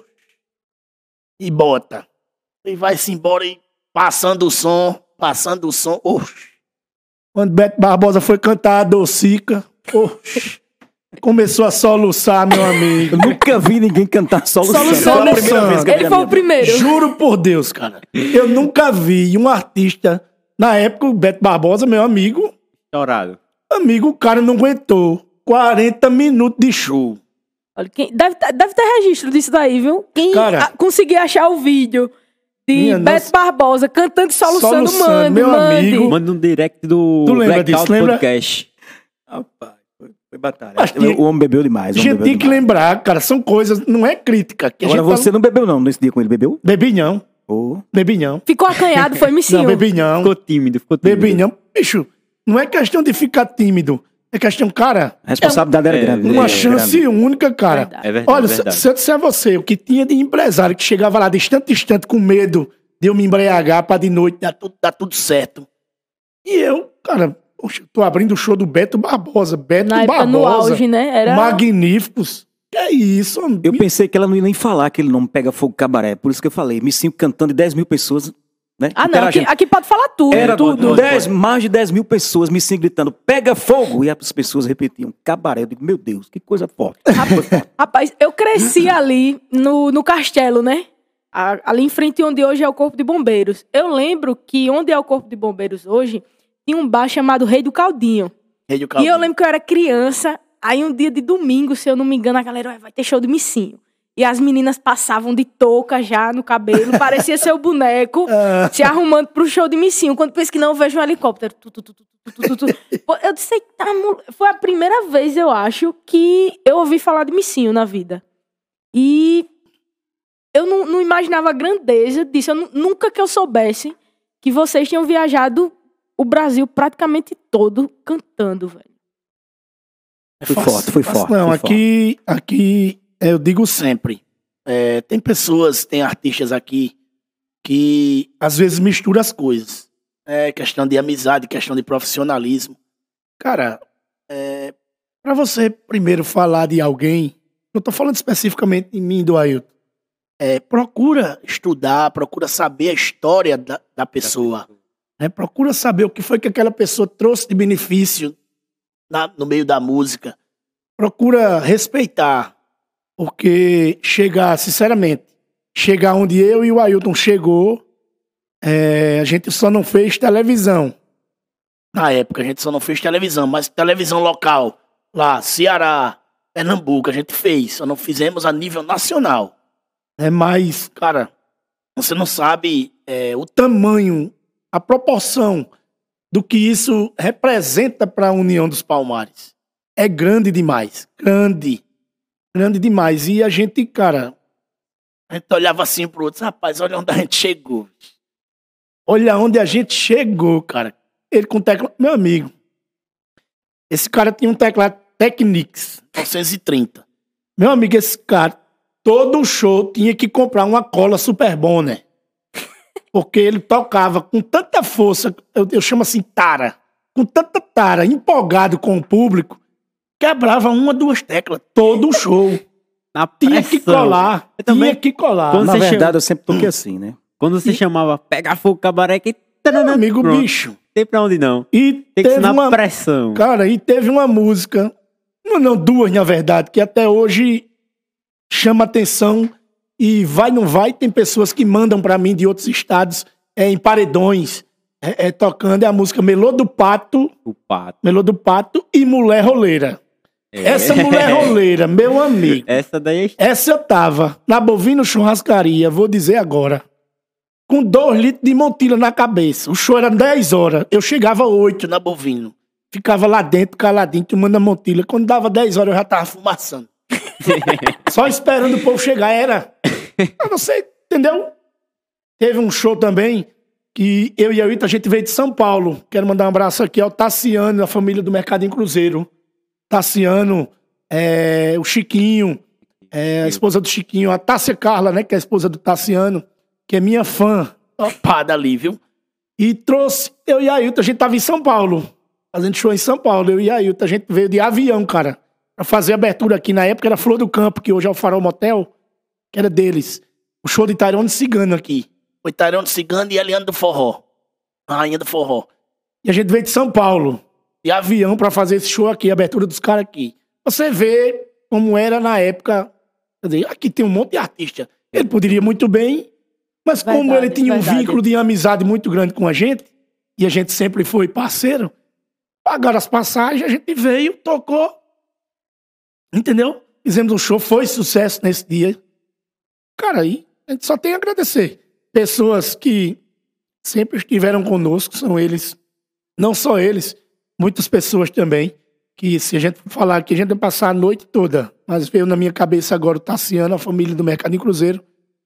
E bota. E vai-se embora e passando o som, passando o som. Oh. Quando Beto Barbosa foi cantar a Docica, oh. Começou a soluçar, meu amigo. Eu nunca vi ninguém cantar soluçando. Solução, Foi a né? primeira vez que eu vi Ele na foi minha o primeiro. Juro por Deus, cara. Eu nunca vi um artista. Na época, o Beto Barbosa, meu amigo, Estourado. amigo, o cara não aguentou quarenta minutos de show. Olha, quem, deve, ter- deve ter registro disso daí, viu? Quem Cara. a- conseguir achar o vídeo de Minha Beto nossa. Barbosa cantando e soluçando, Soluçando, mande, meu mande. amigo. Manda um direct do Tu lembra Blackout disso, lembra? Podcast. Rapaz, foi, foi batalha. Mas tinha- O homem bebeu demais. A o homem gente bebeu tem que demais. lembrar, cara, são coisas, não é crítica. Que a Agora gente você não bebeu não nesse dia com ele, bebeu? Bebi não, Oh. bebi não. Ficou acanhado, foi missinho. Não, bebi não, Ficou tímido, ficou tímido. bebi não. Bicho, não é questão de ficar tímido, é questão, cara, A responsabilidade era É, grande. uma é, chance grande. única, cara. Verdade. É verdade, Olha, é se, verdade. se eu disser a você, o que tinha de empresário que chegava lá distante, distante, com medo de eu me embriagar pra de noite dar tudo, dar tudo certo. E eu, cara, poxa, tô abrindo o show do Beto Barbosa. Beto Na época, no Barbosa. auge, né? Era... Magníficos. Que é isso, Eu amigo? pensei que ela não ia nem falar aquele nome Pega Fogo Cabaré. Por isso que eu falei. Me sinto cantando de dez mil pessoas, né? Ah, não, aqui, interagindo. aqui pode falar tudo, Era tudo. tudo. dez, mais de dez mil pessoas me sinto gritando, pega fogo! E as pessoas repetiam, cabaré. Eu digo, meu Deus, que coisa forte. Rapaz, eu cresci ali no, no castelo, né? A- ali em frente onde hoje é o Corpo de Bombeiros. Eu lembro que onde é o Corpo de Bombeiros hoje, tinha um bar chamado Rei do Caldinho. Rei do E eu Caldinho. lembro que eu era criança, aí um dia de domingo, se eu não me engano, a galera "Ué, vai ter show de missinho. E as meninas passavam de touca já no cabelo, parecia ser o boneco, se arrumando pro show de missinho. Quando penso que não, eu vejo um helicóptero. Tu, tu, tu, tu, tu, tu, tu, tu. Pô, eu disse, tá, mole- foi a primeira vez, eu acho, que eu ouvi falar de missinho na vida. E eu não, não imaginava a grandeza disso. Eu nu- nunca que eu soubesse que vocês tinham viajado o Brasil praticamente todo cantando, velho. É Foi fácil, forte, foi fácil forte, Não, foi aqui, aqui é, eu digo sempre, é, tem pessoas, tem artistas aqui que às vezes misturam as coisas. É questão de amizade, questão de profissionalismo. Cara, é, para você primeiro falar de alguém, não tô falando especificamente em mim, do Ailton, é, procura estudar, procura saber a história da, da pessoa. Né? Procura saber o que foi que aquela pessoa trouxe de benefício na- no meio da música. Procura respeitar, porque chegar, sinceramente, chegar onde eu e o Ailton chegou, é, a gente só não fez televisão. Na época, a gente só não fez televisão, mas televisão local, lá, Ceará, Pernambuco, a gente fez, só não fizemos a nível nacional. É, mas, cara, você não sabe é, o tamanho, a proporção do que isso representa para a União dos Palmares. É grande demais. Grande. Grande demais. E a gente, cara, a gente olhava assim pro outro, rapaz, olha onde a gente chegou. Olha onde a gente chegou, cara. Ele com teclado, meu amigo. Esse cara tinha um teclado Technics novecentos e trinta. Meu amigo, esse cara, todo show tinha que comprar uma cola Super Bonner. Porque ele tocava com tanta força, eu, eu chamo assim tara, com tanta tara, empolgado com o público, quebrava uma, duas teclas, todo o show. Na Tinha que pressão. colar, Eu também- tinha que colar. Quando Na você verdade, chama- eu sempre toquei assim, né? Quando você chamava Pega Fogo Cabaré, que Meu amigo, Pronto. bicho. tem pra onde não. E Tem que teve ser na uma, pressão. cara, e teve uma música, não, não, duas na verdade, que até hoje chama atenção e vai, não vai, tem pessoas que mandam pra mim de outros estados, é, em paredões, é, é, tocando, é a música Melô do Pato, O pato. Melô do Pato e Mulher Roleira. É. Essa Mulher Roleira, meu amigo, Essa daí é essa eu tava na Bovino Churrascaria, vou dizer agora, com dois litros de montilha na cabeça. O show era dez horas, eu chegava oito na Bovino. Ficava lá dentro, caladinho, tomando a montilha. Quando dava dez horas, eu já tava fumaçando. Só esperando o povo chegar, era. Mas você, entendeu? Teve um show também que eu e a Ita, a gente veio de São Paulo. Quero mandar um abraço aqui ao Tassiano, a família do Mercadinho Cruzeiro. Tassiano, é, o Chiquinho, É, a esposa do Chiquinho, a Tássia Carla, né? Que é a esposa do Tassiano, que é minha fã, topada ali, viu? E trouxe eu e a Ailton, a gente tava em São Paulo, fazendo show em São Paulo, eu e a Ailton, a gente veio de avião, cara, pra fazer abertura aqui. Na época era Flor do Campo, que hoje é o Farol Motel, que era deles. O show de Tairone Cigano aqui. Foi Tairone Cigano e Eliane do Forró, a rainha do forró. E a gente veio de São Paulo, de avião, pra fazer esse show aqui, a abertura dos caras aqui. Você vê como era na época. Quer dizer, aqui tem um monte de artista. Ele poderia muito bem, mas Verdade, como ele tinha um verdade. vínculo de amizade muito grande com a gente, e a gente sempre foi parceiro, pagaram as passagens, a gente veio, tocou, entendeu? Fizemos um show, foi sucesso nesse dia. Cara, aí a gente só tem a agradecer. Pessoas que sempre estiveram conosco, são eles, não só eles, muitas pessoas também, que se a gente falar que a gente vai passar a noite toda, mas veio na minha cabeça agora o Tassiano, a família do Mercadinho Cruzeiro,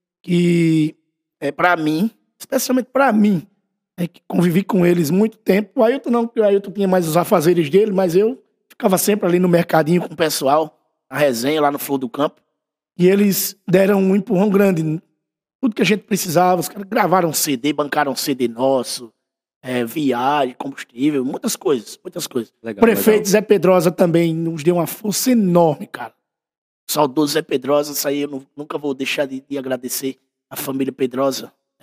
que é para mim, especialmente para mim, é que convivi com eles muito tempo. O Ailton não, porque o Ailton tinha mais os afazeres dele, mas eu ficava sempre ali no mercadinho com o pessoal, a resenha lá no Flor do Campo, e eles deram um empurrão grande, tudo que a gente precisava. Os caras gravaram C D, bancaram C D nosso, É, viagem, combustível, muitas coisas, muitas coisas. Legal, Prefeito legal. Zé Pedrosa também nos deu uma força enorme, cara. Saudoso Zé Pedrosa, isso aí eu não- nunca vou deixar de, de agradecer a família Pedrosa. Né?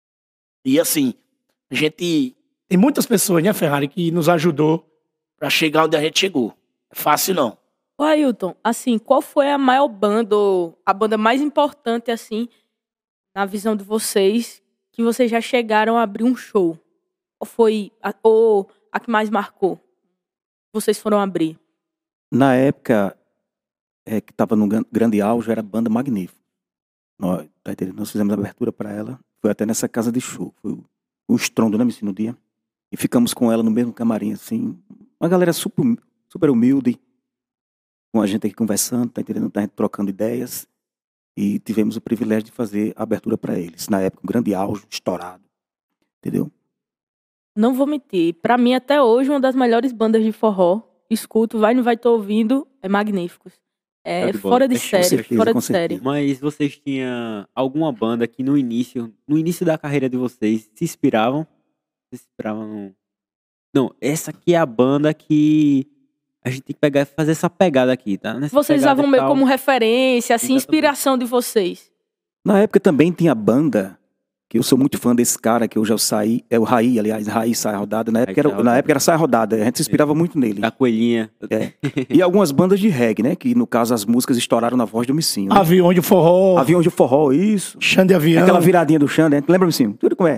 E assim, a gente tem muitas pessoas, né, Ferrari, que nos ajudou pra chegar onde a gente chegou. É fácil não. Ô, Ailton, assim, qual foi a maior banda, ou a banda mais importante, assim, na visão de vocês, que vocês já chegaram a abrir um show? Ou foi a, ou a que mais marcou? Vocês foram abrir? Na época é, que estava no gran- grande auge, era a banda Magnífico. Nós, tá entendendo? Nós fizemos a abertura para ela, foi até nessa casa de show. Foi o, o estrondo, né, Missi, no dia. E ficamos com ela no mesmo camarim, assim. Uma galera super, humi- super humilde, com a gente aqui conversando, tá entendendo? Tá trocando ideias. E tivemos o privilégio de fazer a abertura para eles. Na época, um grande auge, estourado. Entendeu? Não vou mentir, pra mim até hoje uma das melhores bandas de forró, escuto, vai não vai, tô ouvindo, é Magníficos. É Show de bola. fora de É show, série, certeza, fora com de série. certeza. Mas vocês tinham alguma banda que no início, no início da carreira de vocês, se inspiravam? Se inspiravam no... Não, essa aqui é a banda que a gente tem que pegar, fazer essa pegada aqui, tá? Nessa Vocês pegada usavam e meio tal. como referência, assim, Exatamente. inspiração de vocês. Na época também tinha banda, que eu sou muito fã desse cara, que hoje é o Saí, é o Raí, aliás, Raí Sai Rodada. Na época, Sai era, Rodada. na época era Sai Rodada, a gente se inspirava muito nele. Da coelhinha. É. E algumas bandas de reggae, né? Que no caso as músicas estouraram na voz do Missinho. Né? Avião de forró, Avião de forró, isso. chão de avião. Aquela viradinha do Xande, né? Lembra, Missinho? Tudo como é.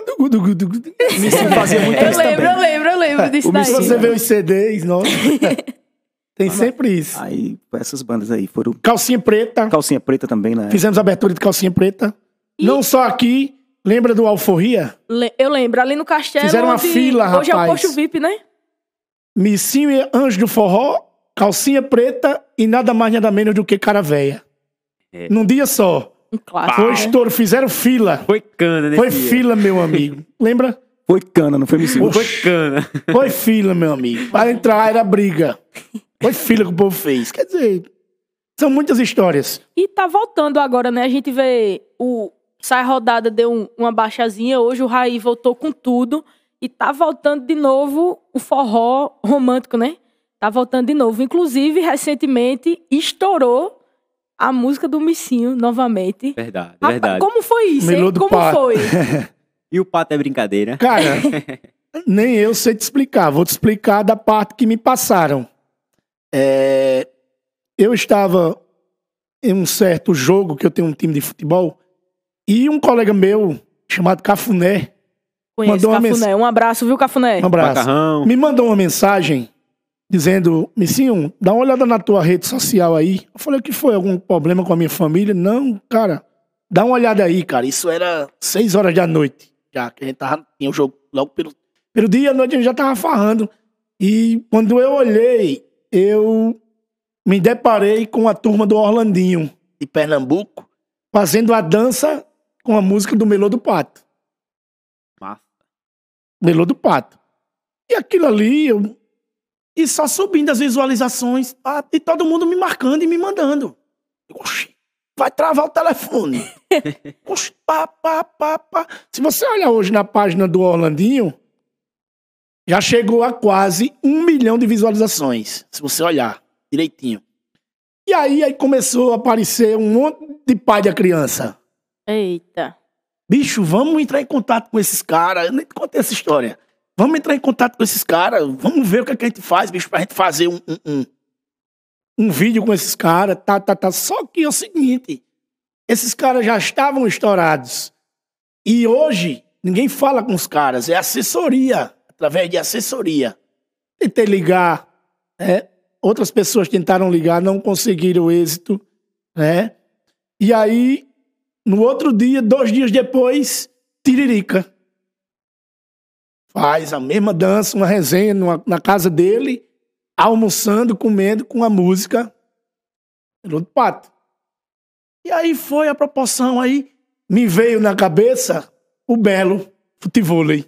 Missinho fazia muito Eu isso lembro, eu também. lembro, eu lembro disso O daí. Se você vê os C Ds, nossa. Tem sempre isso. Aí, essas bandas aí foram. Calcinha Preta. Calcinha Preta também, né? Fizemos a abertura de Calcinha Preta. E- Não só aqui. Lembra do Alforria? Le- Eu lembro, ali no castelo. Fizeram uma onde fila, hoje é o rapaz. posto V I P, né? Missinho e Anjo do Forró, Calcinha Preta e nada mais nada menos do que Cara Véia. É. Num dia só. Um clássico. Foi né? estouro, fizeram fila. Foi cana nesse Foi dia. fila, meu amigo. Lembra? Foi cana, não foi Missinho? Foi cana. Foi fila, meu amigo. Para entrar era briga. Foi fila que o povo fez. Quer dizer, são muitas histórias. E tá voltando agora, né? A gente vê o Sai Rodada deu um- uma baixazinha, hoje o Raí voltou com tudo e tá voltando de novo o forró romântico, né? Tá voltando de novo. Inclusive, recentemente, estourou a música do Missinho novamente. Verdade, Rapaz, verdade. como foi isso, hein? Melô do Como Pato. foi? E o pato é brincadeira? Cara, nem eu sei te explicar. Vou te explicar da parte que me passaram. É, eu estava em um certo jogo, que eu tenho um time de futebol, e um colega meu, chamado Cafuné, Conheço Mandou uma Cafuné. Um abraço, viu, Cafuné? um abraço, Macarrão. me mandou uma mensagem dizendo: Missinho, dá uma olhada na tua rede social aí. Eu falei: o que foi? Algum problema com a minha família? Não, cara, dá uma olhada aí, cara. Isso era seis horas da noite, já que a gente tava, tinha o jogo logo pelo, pelo dia e a noite a gente já tava farrando. E quando eu olhei, eu me deparei com a turma do Orlandinho, de Pernambuco, fazendo a dança com a música do Melô do Pato. Massa. Melô do Pato. E aquilo ali, eu... e só subindo as visualizações, ah, e todo mundo me marcando e me mandando. Oxi, vai travar o telefone. Oxi, pá, pá, pá, pá. Se você olhar hoje na página do Orlandinho, já chegou a quase um milhão de visualizações. Se você olhar direitinho. E aí, aí começou a aparecer um monte de pai da criança. Eita. Bicho, vamos entrar em contato com esses caras. Eu nem te contei essa história. Vamos entrar em contato com esses caras. Vamos ver o que, é que a gente faz, bicho, pra gente fazer um, um, um, um vídeo com esses caras. Tá, tá, tá. Só que é o seguinte: esses caras já estavam estourados. E hoje, ninguém fala com os caras. É assessoria. Através de assessoria. Tentei ligar, né? Outras pessoas tentaram ligar, não conseguiram êxito, né? E aí, no outro dia, dois dias depois, Tiririca faz a mesma dança, uma resenha numa, na casa dele, almoçando, comendo com a música do Pato. E aí foi a proporção, aí me veio na cabeça o Belo Futevôlei.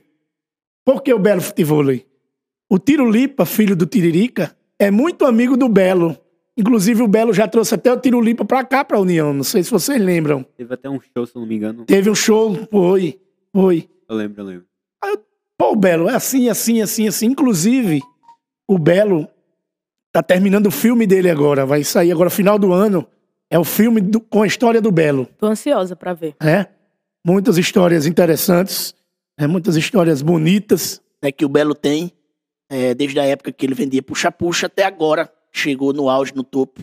Por que o Belo Futevôlei? O Tirulipa, filho do Tiririca, é muito amigo do Belo. Inclusive o Belo já trouxe até o Tirulipa pra cá, pra União. Não sei se vocês lembram. Teve até um show, se eu não me engano. Teve um show, foi, foi. Eu lembro, eu lembro. Aí eu, pô, o Belo, é assim, assim, assim, assim. Inclusive, o Belo tá terminando o filme dele agora. Vai sair agora, final do ano. É o filme do, com a história do Belo. Tô ansiosa pra ver. É. Muitas histórias interessantes. É, muitas histórias bonitas, né, que o Belo tem. É, desde a época que ele vendia puxa-puxa até agora. Chegou no auge, no topo.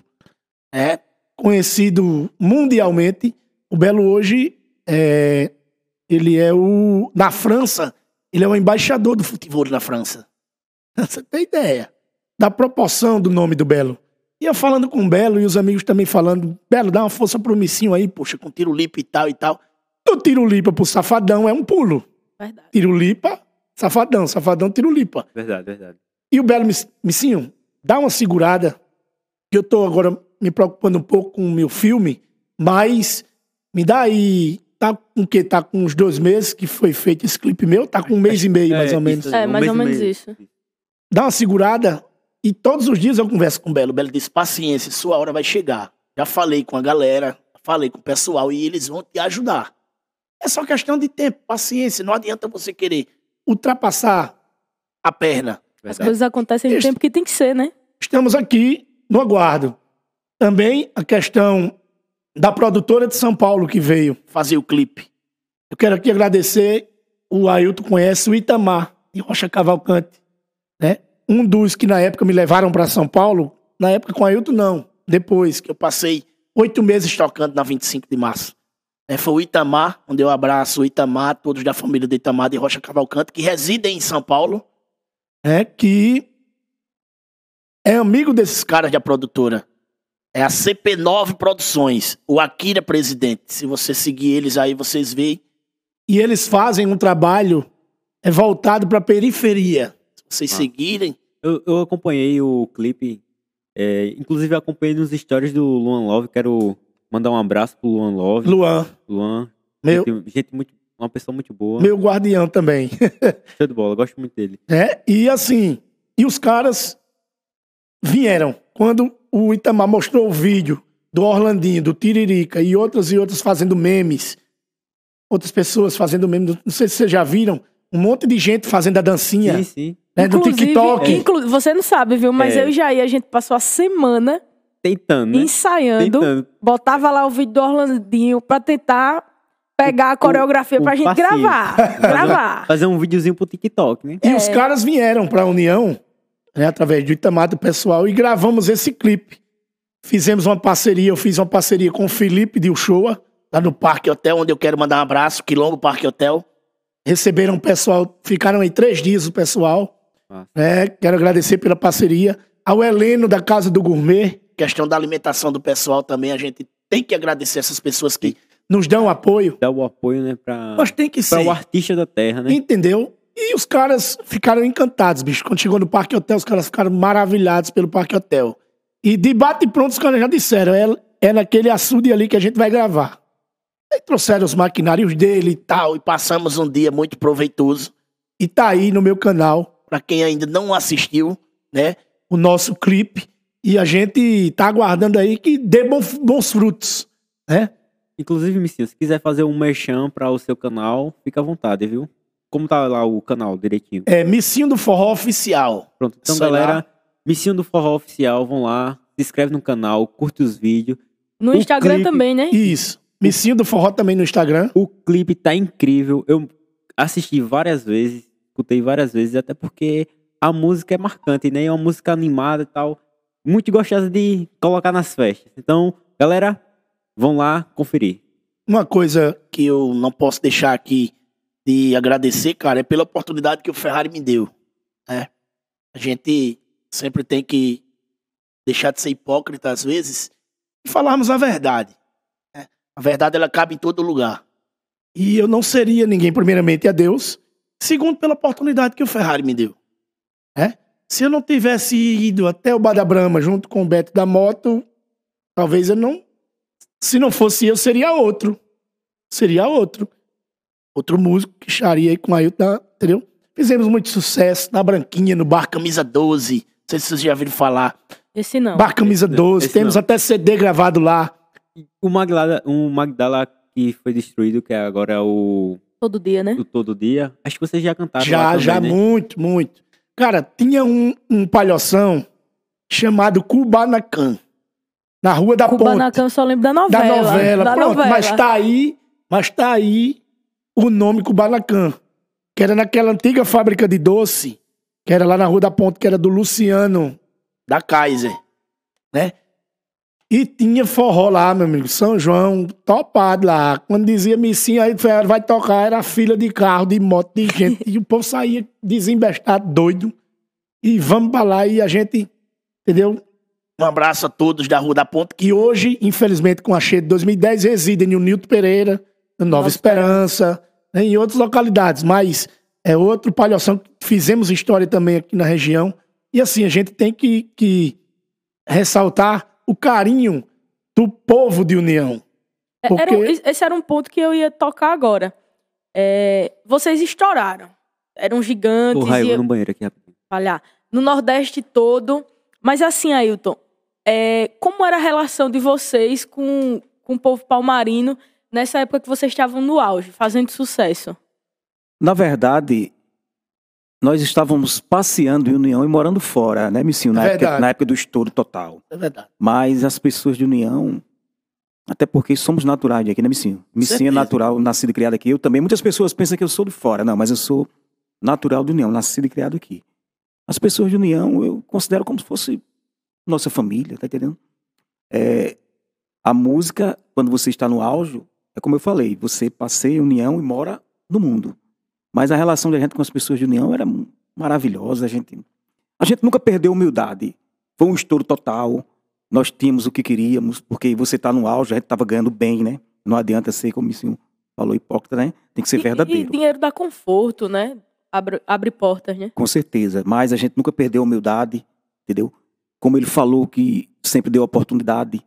É conhecido mundialmente. O Belo hoje, é, ele é o... Na França, ele é o embaixador do futebol na França. Você tem ideia da proporção do nome do Belo. E eu falando com o Belo e os amigos também falando, Belo, dá uma força pro Missinho aí, poxa, com Tirulipa e tal e tal. O Tirulipa pro Safadão é um pulo. Verdade. Tirulipa, Safadão, Safadão, Tirulipa. Verdade, verdade. E o Belo, Missinho, dá uma segurada, que eu tô agora me preocupando um pouco com o meu filme, mas me dá aí, tá com o quê? Tá com uns dois meses que foi feito esse clipe meu? Tá com um mês e meio, mais ou menos. É, mais ou menos isso. Dá uma segurada e todos os dias eu converso com o Belo. O Belo diz, paciência, sua hora vai chegar. Já falei com a galera, falei com o pessoal e eles vão te ajudar. É só questão de tempo, paciência. Não adianta você querer ultrapassar a perna. As coisas acontecem no tempo que tem que ser, né? Estamos aqui no aguardo. Também a questão da produtora de São Paulo que veio fazer o clipe. Eu quero aqui agradecer, o Ailton conhece o Itamar, de Rocha Cavalcante, né? Um dos que na época me levaram para São Paulo, na época com o Ailton não, depois que eu passei oito meses tocando na vinte e cinco de março. É, foi o Itamar, onde eu abraço o Itamar, todos da família do Itamar de Rocha Cavalcante, que residem em São Paulo, é, que é amigo desses caras da produtora. É a C P nove Produções, o Akira presidente. Se você seguir eles aí, vocês veem. E eles fazem um trabalho é, voltado para a periferia. Se vocês ah. seguirem... Eu, eu acompanhei o clipe, é, inclusive acompanhei nos stories do Luan Love, quero... mandar um abraço pro Luan Love. Luan. Luan. Meu, gente, gente muito, uma pessoa muito boa. Meu guardião também. Show de bola, gosto muito dele. É, e assim, e os caras vieram. Quando o Itamar mostrou o vídeo do Orlandinho, do Tiririca e outras e outras fazendo memes, outras pessoas fazendo memes, não sei se vocês já viram, um monte de gente fazendo a dancinha. Sim, sim. Né, do TikTok. Inclu- você não sabe, viu? Mas é. eu e Jair, a gente passou a semana... Tentando, né? Ensaiando, Tentando. Botava lá o vídeo do Orlandinho pra tentar pegar a coreografia o, pra o gente passinho. gravar. gravar. Fazer um videozinho pro TikTok, né? E é. os caras vieram pra União, né, através do Itamar do pessoal, e gravamos esse clipe. Fizemos uma parceria, eu fiz uma parceria com o Felipe de Uchoa, lá no Parque Hotel, onde eu quero mandar um abraço, Quilombo Parque Hotel. Receberam o pessoal, ficaram aí três dias o pessoal. Ah. Né, quero agradecer pela parceria. Ao Heleno da Casa do Gourmet, questão da alimentação do pessoal também, a gente tem que agradecer essas pessoas que nos dão apoio. Dá o apoio, né, pra, Mas tem que pra ser. o artista da terra, né? Entendeu? E os caras ficaram encantados, bicho. Quando chegou no Parque Hotel, os caras ficaram maravilhados pelo Parque Hotel. E de bate pronto, os caras já disseram, é, é naquele açude ali que a gente vai gravar. Aí trouxeram os maquinários dele e tal, e passamos um dia muito proveitoso. E tá aí no meu canal, pra quem ainda não assistiu, né, o nosso clipe. E a gente tá aguardando aí que dê bons, bons frutos, né? Inclusive, Missinho, se quiser fazer um merchan para o seu canal, fica à vontade, viu? Como tá lá o canal direitinho? É Missinho do Forró Oficial. Pronto, então Sei galera, lá. Missinho do Forró Oficial, vão lá, se inscreve no canal, curte os vídeos. No O Instagram clipe- também, né? Isso. Missinho do Forró também no Instagram. O clipe tá incrível, eu assisti várias vezes, escutei várias vezes, até porque a música é marcante, né? É uma música animada e tal, muito gostosa de colocar nas festas. Então, galera, vão lá conferir. Uma coisa que eu não posso deixar aqui de agradecer, cara, é pela oportunidade que o Ferrari me deu, né? A gente sempre tem que deixar de ser hipócrita às vezes e falarmos a verdade, né? A verdade, ela cabe em todo lugar. E eu não seria ninguém, primeiramente, a Deus, segundo, pela oportunidade que o Ferrari me deu, né? Se eu não tivesse ido até o Bar da Brama junto com o Beto da Moto, talvez eu não... Se não fosse eu, seria outro. Seria outro. Outro músico que estaria aí com o Ailton, entendeu? Fizemos muito sucesso na Branquinha, no Bar Camisa doze. Não sei se vocês já ouviram falar. Esse não. Bar Camisa esse não, doze. esse Temos não. até C D gravado lá. O Magdala, um Magdala que foi destruído, que agora é o, Todo dia, né? o Todo Dia. Acho que vocês já cantaram lá já, também, já, né? muito, muito. Cara, tinha um, um palhoção chamado Kubanacan. Na Rua da Ponte. Kubanacan, eu só lembro da novela. Da novela. Da Pronto, novela. mas tá aí, mas tá aí o nome Kubanacan. Que era naquela antiga fábrica de doce, que era lá na Rua da Ponte, que era do Luciano, da Kaiser, né? E tinha forró lá, meu amigo, São João, topado lá. Quando dizia Missinho, aí vai tocar, era fila de carro, de moto, de gente. E o povo saía desembestado, doido. E vamos pra lá, e a gente, entendeu? Um abraço a todos da Rua da Ponte, que hoje, infelizmente, com a cheia de dois mil e dez, residem no Nilton Pereira, no Nova Nova Esperança, né, em outras localidades. Mas é outro palhoção que fizemos história também aqui na região. E assim, a gente tem que, que ressaltar o carinho do povo de União. É, Porque... era um- esse era um ponto que eu ia tocar agora. É, vocês estouraram. Eram gigantes. Porra, eu ia vou no banheiro aqui rapidinho. falhar. No Nordeste todo. Mas assim, Ailton, é, como era a relação de vocês com, com o povo palmarino nessa época que vocês estavam no auge, fazendo sucesso? Na verdade, nós estávamos passeando em União e morando fora, né, Missinho? Na, É época, verdade. na época do estouro total. É verdade. Mas as pessoas de União, até porque somos naturais de aqui, né, Missinho? Missinho é Certeza. natural, nascido e criado aqui. Eu também. Muitas pessoas pensam que eu sou de fora. Não, mas eu sou natural de União, nascido e criado aqui. As pessoas de União eu considero como se fosse nossa família, tá entendendo? É, a música, quando você está no auge, é como eu falei, você passeia em União e mora no mundo. Mas a relação da gente com as pessoas de União era maravilhosa. A gente, a gente nunca perdeu humildade. Foi um estouro total. Nós tínhamos o que queríamos, porque você está no auge, a gente estava ganhando bem, né? Não adianta ser, como o senhor falou, hipócrita, né? Tem que ser E- verdadeiro. E dinheiro dá conforto, né? Abre, abre portas, né? Com certeza. Mas a gente nunca perdeu a humildade, entendeu? Como ele falou que sempre deu oportunidade.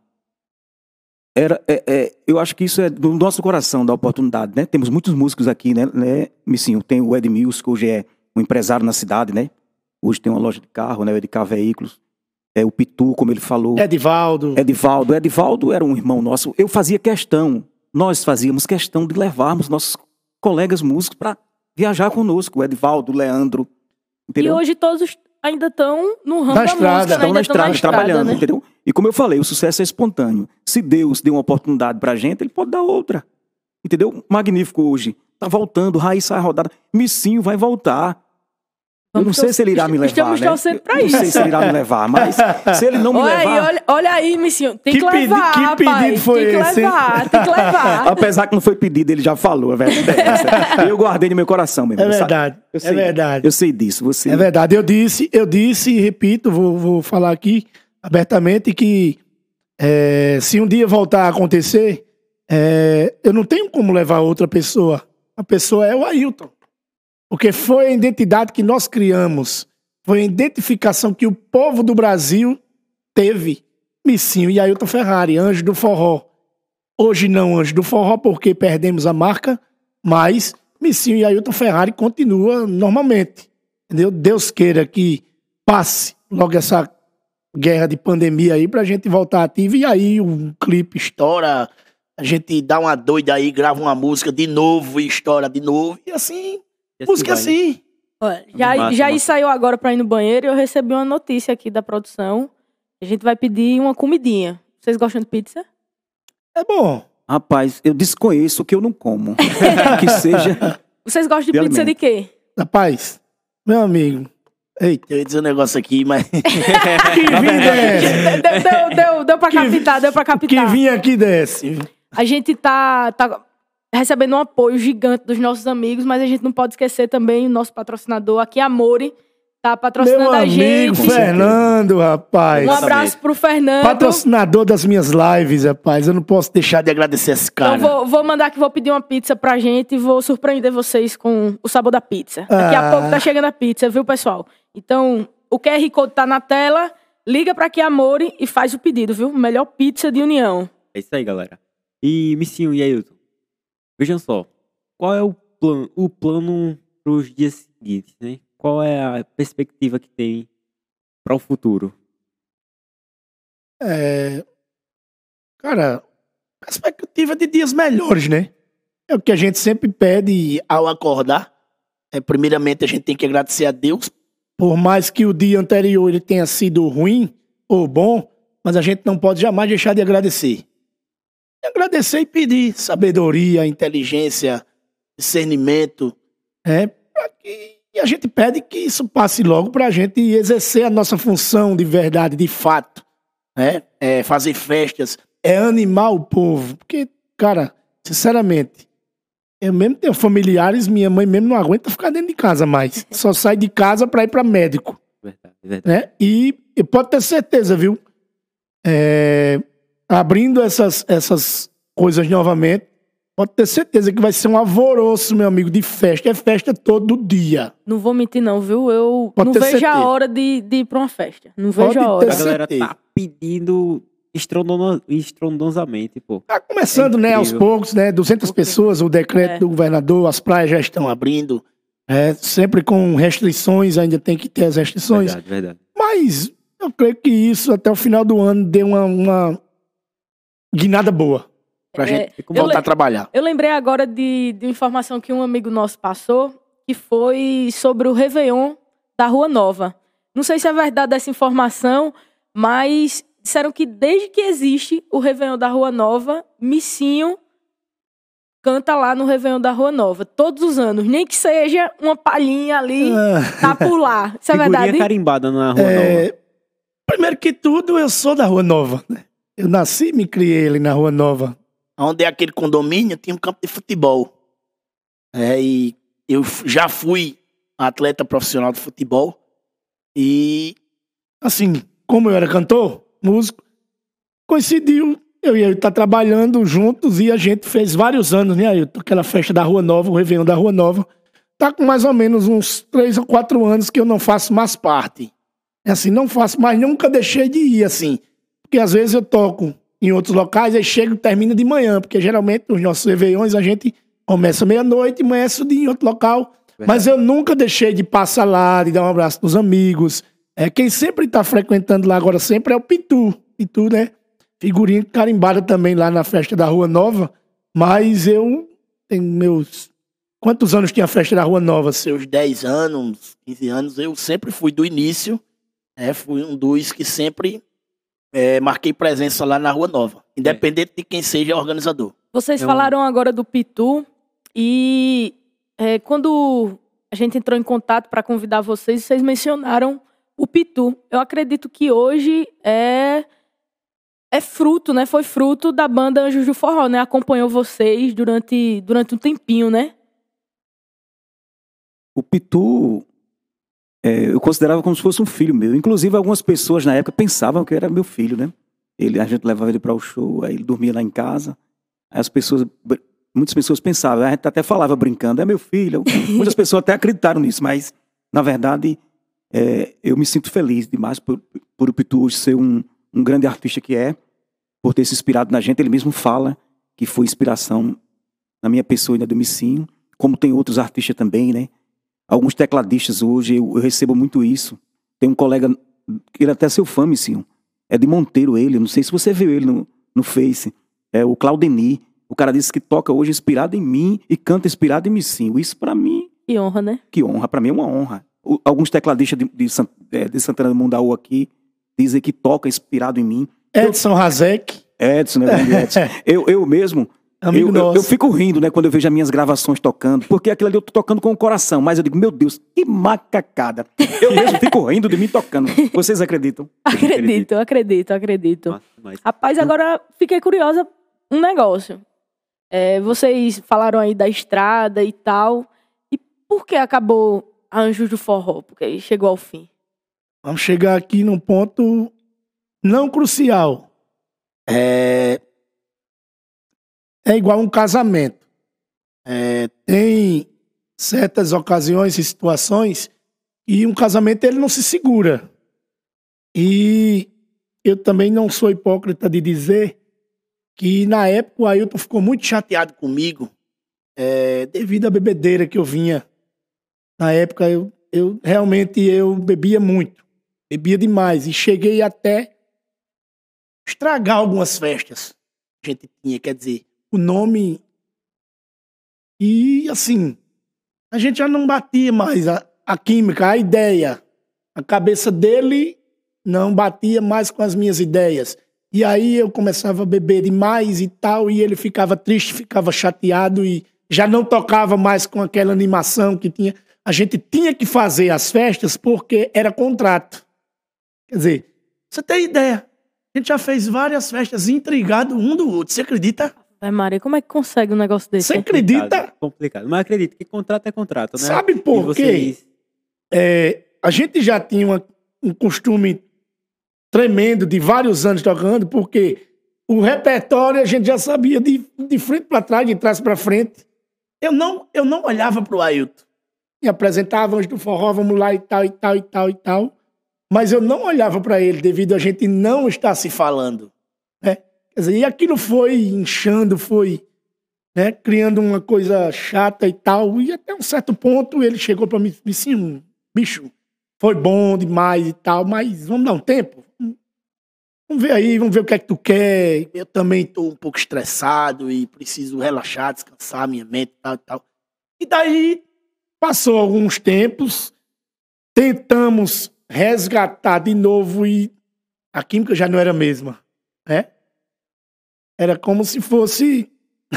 Era, é, é, eu acho que isso é do nosso coração, da oportunidade, né? Temos muitos músicos aqui, né, né Missinho? Tem o Edmilson, que hoje é um empresário na cidade, né? Hoje tem uma loja de carro, né? O Edcar Veículos. É o Pitu, como ele falou. Edivaldo. Edivaldo. Edivaldo era um irmão nosso. Eu fazia questão, nós fazíamos questão de levarmos nossos colegas músicos para viajar conosco. O Edivaldo, o Leandro. Entendeu? E hoje todos ainda estão no ramo Na da estrada, música, né? Estão Ainda na estão estrada, trabalhando, né? entendeu? E como eu falei, o sucesso é espontâneo. Se Deus deu uma oportunidade pra gente, ele pode dar outra. Entendeu? Magnífico hoje. Tá voltando, Raiz sai rodada. Missinho vai voltar. Eu não Vamos sei tor- se ele irá me levar, estamos né? torcendo pra Eu não isso. sei se ele irá me levar, mas se ele não me Olha levar... aí, olha, olha aí, Missinho. Tem que, Que pedi- levar, que rapaz. pedido foi tem que esse, hein? levar, tem que levar. Apesar que não foi pedido, ele já falou, a verdade é essa. Eu guardei no meu coração, meu É irmão. verdade. Eu É sei, verdade. Eu sei disso. Você... É verdade. Eu disse, eu disse e repito, vou, vou falar aqui abertamente que é, se um dia voltar a acontecer, é, eu não tenho como levar outra pessoa. A pessoa é o Ailton. Porque foi a identidade que nós criamos. Foi a identificação que o povo do Brasil teve. Missinho e Ailton Ferrari, Anjo do Forró. Hoje não Anjo do Forró, porque perdemos a marca, mas Missinho e Ailton Ferrari continua normalmente. Entendeu? Deus queira que passe logo essa guerra de pandemia aí pra gente voltar ativo. E aí o clipe estoura, a gente dá uma doida aí, grava uma música de novo e estoura de novo. E assim, E assim música vai, né? assim. Olha, já, Massa, já massa. saiu agora pra ir no banheiro e eu recebi uma notícia aqui da produção. A gente vai pedir uma comidinha. Vocês gostam de pizza? É bom. Rapaz, eu desconheço o que eu não como. Que seja... Vocês gostam de De pizza de quê? Rapaz, meu amigo. Eita, eu ia dizer um negócio aqui, mas. que vinha desce. Deu, deu, deu, deu pra Que captar, deu pra Que captar. vinha aqui desce. A gente tá, tá recebendo um apoio gigante dos nossos amigos, mas a gente não pode esquecer também o nosso patrocinador aqui, Amore, tá patrocinando Meu a amigo gente. Fernando, rapaz. Um abraço pro Fernando. Patrocinador das minhas lives, rapaz. Eu não posso deixar de agradecer esse cara. Então vou, vou mandar que vou pedir uma pizza pra gente e vou surpreender vocês com o sabor da pizza. Daqui a Ah. pouco tá chegando a pizza, viu, pessoal? Então, o Q R Code tá na tela, liga pra aqui, Amore, e faz o pedido, viu? Melhor pizza de União. É isso aí, galera. E Missinho e Ailton, vejam só, qual é o plano, o plano para os dias seguintes, né? Qual é a perspectiva que tem para o futuro? É... Cara, perspectiva de dias melhores, né? É o que a gente sempre pede ao acordar. É, primeiramente, a gente tem que agradecer a Deus. Por mais que o dia anterior ele tenha sido ruim ou bom, mas a gente não pode jamais deixar de agradecer. E agradecer e pedir sabedoria, inteligência, discernimento, é, pra que e a gente pede que isso passe logo para a gente exercer a nossa função de verdade, de fato, né? É fazer festas, é animar o povo, porque, cara, sinceramente, eu mesmo tenho familiares, minha mãe mesmo não aguenta ficar dentro de casa mais, só sai de casa para ir para médico. Verdade, verdade. Né? E, e pode ter certeza, viu? É, abrindo essas, essas coisas novamente, pode ter certeza que vai ser um alvoroço, meu amigo, de festa. É festa todo dia. Não vou mentir não, viu? Eu Pode não ter vejo certeza. a hora de, de ir pra uma festa. Não Pode vejo a ter hora. A galera certeza. tá pedindo estrondono- estrondosamente, pô. Tá começando, É né, aos incrível. poucos, né? duzentas pessoas, o decreto É. do governador, as praias já estão abrindo. É, sempre com restrições, ainda tem que ter as restrições. Verdade, verdade. Mas eu creio que isso até o final do ano dê uma, uma guinada boa pra É, gente E como eu voltar le- a trabalhar. Eu lembrei agora de, de uma informação que um amigo nosso passou, que foi sobre o Réveillon da Rua Nova. Não sei se é verdade essa informação, mas disseram que desde que existe o Réveillon da Rua Nova, Missinho canta lá no Réveillon da Rua Nova. Todos os anos. Nem que seja uma palhinha ali, tá por lá. Isso é Figurinha verdade? carimbada na Rua Nova. É, primeiro que tudo, eu sou da Rua Nova, né? Eu nasci e me criei ali na Rua Nova. Onde é aquele condomínio, tinha um campo de futebol. É, e eu f- já fui atleta profissional de futebol. E, assim, como eu era cantor, músico, coincidiu, eu e ele estar trabalhando juntos e a gente fez vários anos, né, Ailton? Aquela festa da Rua Nova, o Réveillon da Rua Nova. Tá com mais ou menos uns três ou quatro anos que eu não faço mais parte. É assim, não faço, mas nunca deixei de ir, assim. Porque às vezes eu toco em outros locais, aí chego e termina de manhã, porque geralmente nos nossos réveillões a gente começa meia-noite e amanhece o dia em outro local. Mas eu nunca deixei de passar lá, de dar um abraço nos amigos. É, quem sempre tá frequentando lá agora sempre é o Pitu. Pitu, né? Figurinha carimbada também lá na festa da Rua Nova. Mas eu tenho meus... Quantos anos tinha a festa da Rua Nova? Seus dez anos, quinze anos. Eu sempre fui do início. É, fui um dos que sempre é, marquei presença lá na Rua Nova. Independente de quem seja o organizador. Vocês É um- falaram agora do Pitu e é, quando a gente entrou em contato para convidar vocês, vocês mencionaram o Pitu. Eu acredito que hoje é é fruto, né? Foi fruto da banda Anjos do Forró, né? Acompanhou vocês durante durante um tempinho, né? O Pitu, é, eu considerava como se fosse um filho meu. Inclusive, algumas pessoas na época pensavam que era meu filho, né? Ele, a gente levava ele para o show, aí ele dormia lá em casa. Aí as pessoas, muitas pessoas pensavam, a gente até falava brincando, é meu filho. Muitas pessoas até acreditaram nisso, mas, na verdade, é, eu me sinto feliz demais por, por o Pitu hoje ser um, um grande artista que é, por ter se inspirado na gente. Ele mesmo fala que foi inspiração na minha pessoa e na do Missinho, como tem outros artistas também, né? Alguns tecladistas hoje, eu, eu recebo muito isso. Tem um colega ele é até seu fã, Missinho. É de Monteiro ele, não sei se você viu ele no, no Face. É o Claudeni. O cara disse que toca hoje inspirado em mim e canta inspirado em Missinho. Isso pra mim... Que honra, né? Que honra, pra mim é uma honra. O, alguns tecladistas de, de, de, de Santana do Mundaú aqui dizem que toca inspirado em mim. Edson Razek. Edson, né? Edson. eu, eu mesmo... Amigo Eu, nosso. eu, eu fico rindo, né, quando eu vejo as minhas gravações tocando, porque aquilo ali eu tô tocando com o coração, mas eu digo, meu Deus, que macacada. Eu mesmo fico rindo de mim tocando. Vocês acreditam? Acredito, acredito, acredito. Mas, mas, Rapaz, agora fiquei curiosa um negócio. É, vocês falaram aí da estrada e tal. E por que acabou Anjos do Forró? Porque chegou ao fim. Vamos chegar aqui num ponto não crucial. É, é igual um casamento. É, tem certas ocasiões e situações e um casamento ele não se segura. E eu também não sou hipócrita de dizer que na época o Ailton ficou muito chateado comigo é, devido à bebedeira que eu vinha. Na época eu, eu realmente eu bebia muito, bebia demais e cheguei até estragar algumas festas que a gente tinha, quer dizer, o nome. E assim, a gente já não batia mais a, a química, a ideia. A cabeça dele não batia mais com as minhas ideias. E aí eu começava a beber demais e tal, e ele ficava triste, ficava chateado e já não tocava mais com aquela animação que tinha. A gente tinha que fazer as festas porque era contrato. Quer dizer, você tem ideia, a gente já fez várias festas intrigado um do outro, você acredita? Vai, Maria, como é que consegue um negócio desse? Você hein? acredita? complicado, complicado. Mas acredito que contrato é contrato, né? Sabe E por quê? vocês- É, a gente já tinha uma- um costume tremendo de vários anos tocando, porque o repertório a gente já sabia de, de frente para trás, de trás para frente. Eu não, eu não olhava para o Ailton. Me apresentava antes do forró, vamos lá e tal, e tal, e tal, e tal. Mas eu não olhava para ele devido a gente não estar se falando. Né? Quer dizer, e aquilo foi inchando, foi, né, criando uma coisa chata e tal. E até um certo ponto ele chegou para mim e disse assim, bicho, foi bom demais e tal, mas vamos dar um tempo. Vamos ver aí, vamos ver o que é que tu quer. Eu também estou um pouco estressado e preciso relaxar, descansar minha mente e tal e tal. E daí, passou alguns tempos, tentamos resgatar de novo e a química já não era a mesma, né? Era como se fosse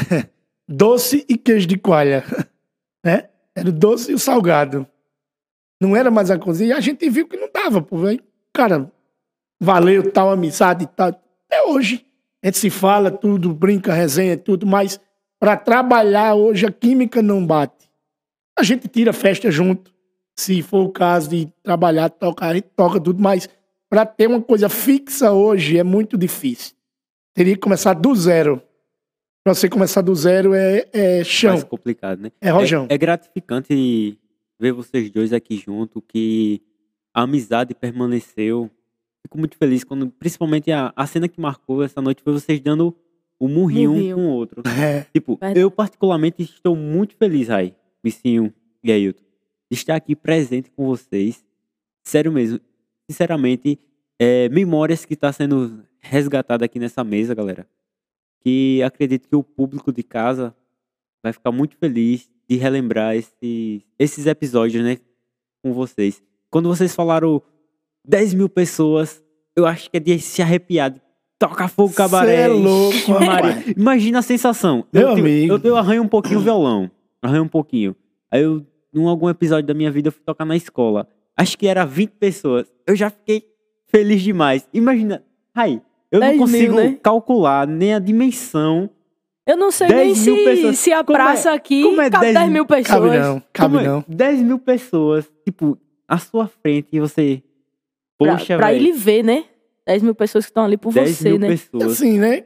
doce e queijo de coalha, né? Era o doce e o salgado. Não era mais a coisa. E a gente viu que não dava, pô. Aí, cara, valeu, tal amizade e tal. Até hoje. A gente se fala tudo, brinca, resenha, tudo, mas para trabalhar hoje a química não bate. A gente tira festa junto. Se for o caso de trabalhar, tocar, a gente toca tudo, mas para ter uma coisa fixa hoje é muito difícil. Teria que começar do zero. Para você começar do zero é, é chão. mais complicado, né? É rojão. É, é gratificante ver vocês dois aqui junto, que a amizade permaneceu. Fico muito feliz quando, principalmente a, a cena que marcou essa noite foi vocês dando o murrinho um Murrinho. com o outro. É. Tipo, Verdade. eu particularmente estou muito feliz, Rai, Missinho e Ailton, de estar aqui presente com vocês. Sério mesmo. Sinceramente, é, memórias que está sendo resgatada aqui nessa mesa, galera. Que acredito que o público de casa vai ficar muito feliz de relembrar esse, esses episódios, né, com vocês. Quando vocês falaram dez mil pessoas, eu acho que é de se arrepiar, de tocar fogo cabaré. Cê é louco, Ixi, Maria. rapaz. Imagina a sensação. Meu eu, amigo. Eu, eu arranho um pouquinho o violão, arranho um pouquinho. Aí eu, em algum episódio da minha vida, eu fui tocar na escola. Acho que era vinte pessoas. Eu já fiquei feliz demais. Imagina, aí, eu não dez mil, consigo né? calcular nem a dimensão. Eu não sei dez nem mil se, pessoas. se a Como é- praça aqui como é cabe dez dez mil pessoas. Cabe não, cabe Como é? não. dez mil pessoas, tipo, à sua frente e você. Pra, Poxa, pra velho. ele ver, né? dez mil pessoas que estão ali por dez você, mil né? pessoas. Assim, né?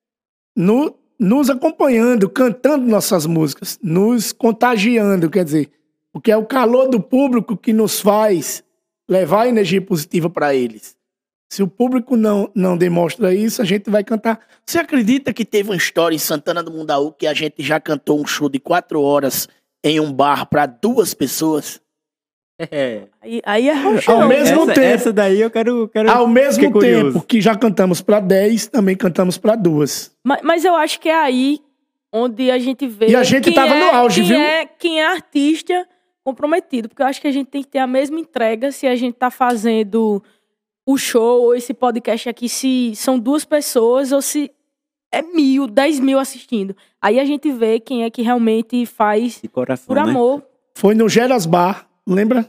No, nos acompanhando, cantando nossas músicas, nos contagiando, quer dizer, porque é o calor do público que nos faz levar energia positiva para eles. Se o público não, não demonstra isso, a gente vai cantar. Você acredita que teve uma história em Santana do Mundaú que a gente já cantou um show de quatro horas em um bar para duas pessoas? É. Aí, aí é Ao rochão. mesmo essa, tempo- essa daí eu quero. quero Ao mesmo fiquei curioso. tempo que já cantamos pra dez, também cantamos pra duas. Mas, mas eu acho que é aí onde a gente vê E a gente quem, tava é, no auge, quem, viu? é, quem é artista comprometido. Porque eu acho que a gente tem que ter a mesma entrega se a gente tá fazendo o show ou esse podcast aqui, se são duas pessoas ou se é mil, dez mil assistindo. Aí a gente vê quem é que realmente faz De coração, por né? amor. Foi no Geras Bar, lembra?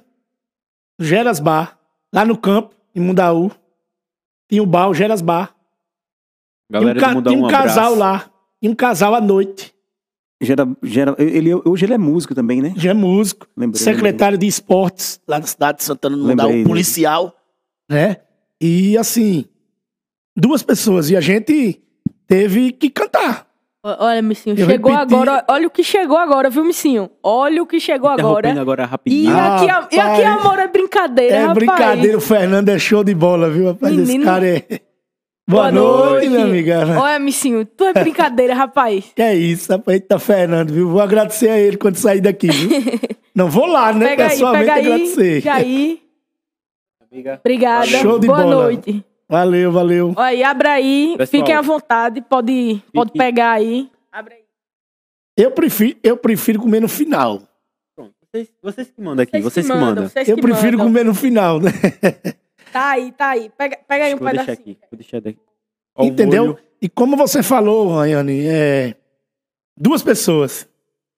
Geras Bar, lá no campo, em Mundaú. Tinha o bar, o Geras Bar. Galera, tinha um, ca- de mudar tinha um um casal abraço. lá. Tinha um casal à noite. Gera, gera, ele, hoje ele é músico também, né? Já é músico. Lembrei, secretário de esportes lá na cidade de Santana do Mundaú. Lembrei. Policial, né? E assim, duas pessoas. E a gente teve que cantar. Ó, Olha, Missinho, Eu chegou repeti- agora. Olha o que chegou agora, viu, Missinho? Olha o que chegou Interrompendo agora. agora E rapidinho. Ah, aqui, a- e aqui, rapaz. amor, é brincadeira, É rapaz. brincadeira, o Fernando é show de bola, viu, rapaz? Esse Menino. cara é. Boa, noite, minha amiga. Olha, Missinho, tu é brincadeira, rapaz. Que é isso, rapaz? Eita, Fernando, viu? Vou agradecer a ele quando sair daqui, viu? Não vou lá, né? Pega aí, Pessoalmente pega aí. agradecer. E aí? Amiga. Obrigada. Show de Boa bola. noite. Valeu, valeu. Olha aí, abra aí. Pessoal. Fiquem à vontade. Pode, pode Fique- pegar aí. Abre aí. Eu prefiro, eu prefiro comer no final. Pronto. Vocês, vocês que mandam aqui, vocês, que mandam. Vocês Eu que prefiro mandam. comer no final, né? Tá aí, tá aí. Pega, pega aí um Vou deixar pedacinho. aqui. Vou deixar daqui. Ó, o Entendeu? molho. E como você falou, Rayane, é duas pessoas.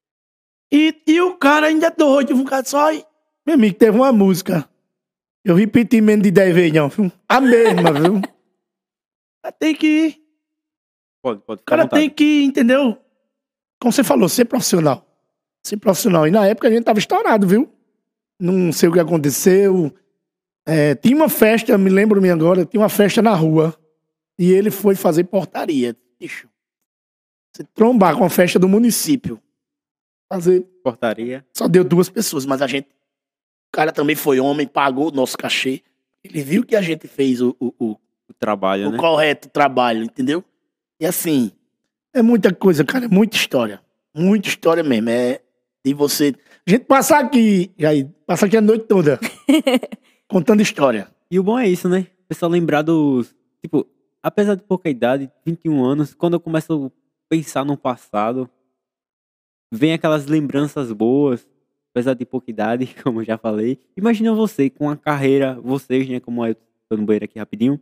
E, e o cara ainda é doido, um cara só. aí. Meu amigo, teve uma música. Eu repeti menos de dez vezes, não. viu? A mesma, viu? Tem que. Pode, pode O ficar à cara vontade. tem que, entendeu? Como você falou, ser profissional. Ser profissional. E na época a gente tava estourado, viu? Não sei o que aconteceu. É, tinha uma festa, me lembro-me agora, tinha uma festa na rua. E ele foi fazer portaria. Bicho, você trombar com a festa do município. Fazer. Portaria. Só deu duas pessoas, mas a gente. O cara também foi homem, pagou o nosso cachê. Ele viu que a gente fez o, o, o, O trabalho, o né? correto trabalho, entendeu? E assim, é muita coisa, cara, é muita história. Muita história mesmo. É de você. A gente passa aqui, e aí, passa aqui a noite toda. contando história. E o bom é isso, né? O pessoal lembrar dos... Tipo, apesar de pouca idade, vinte e um anos, quando eu começo a pensar no passado, vem aquelas lembranças boas, apesar de pouca idade, como eu já falei. Imagina você com a carreira, vocês, né? Como eu tô no banheiro aqui rapidinho.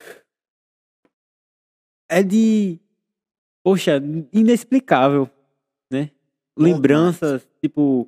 É de... Poxa, inexplicável, né? Lembranças, tipo...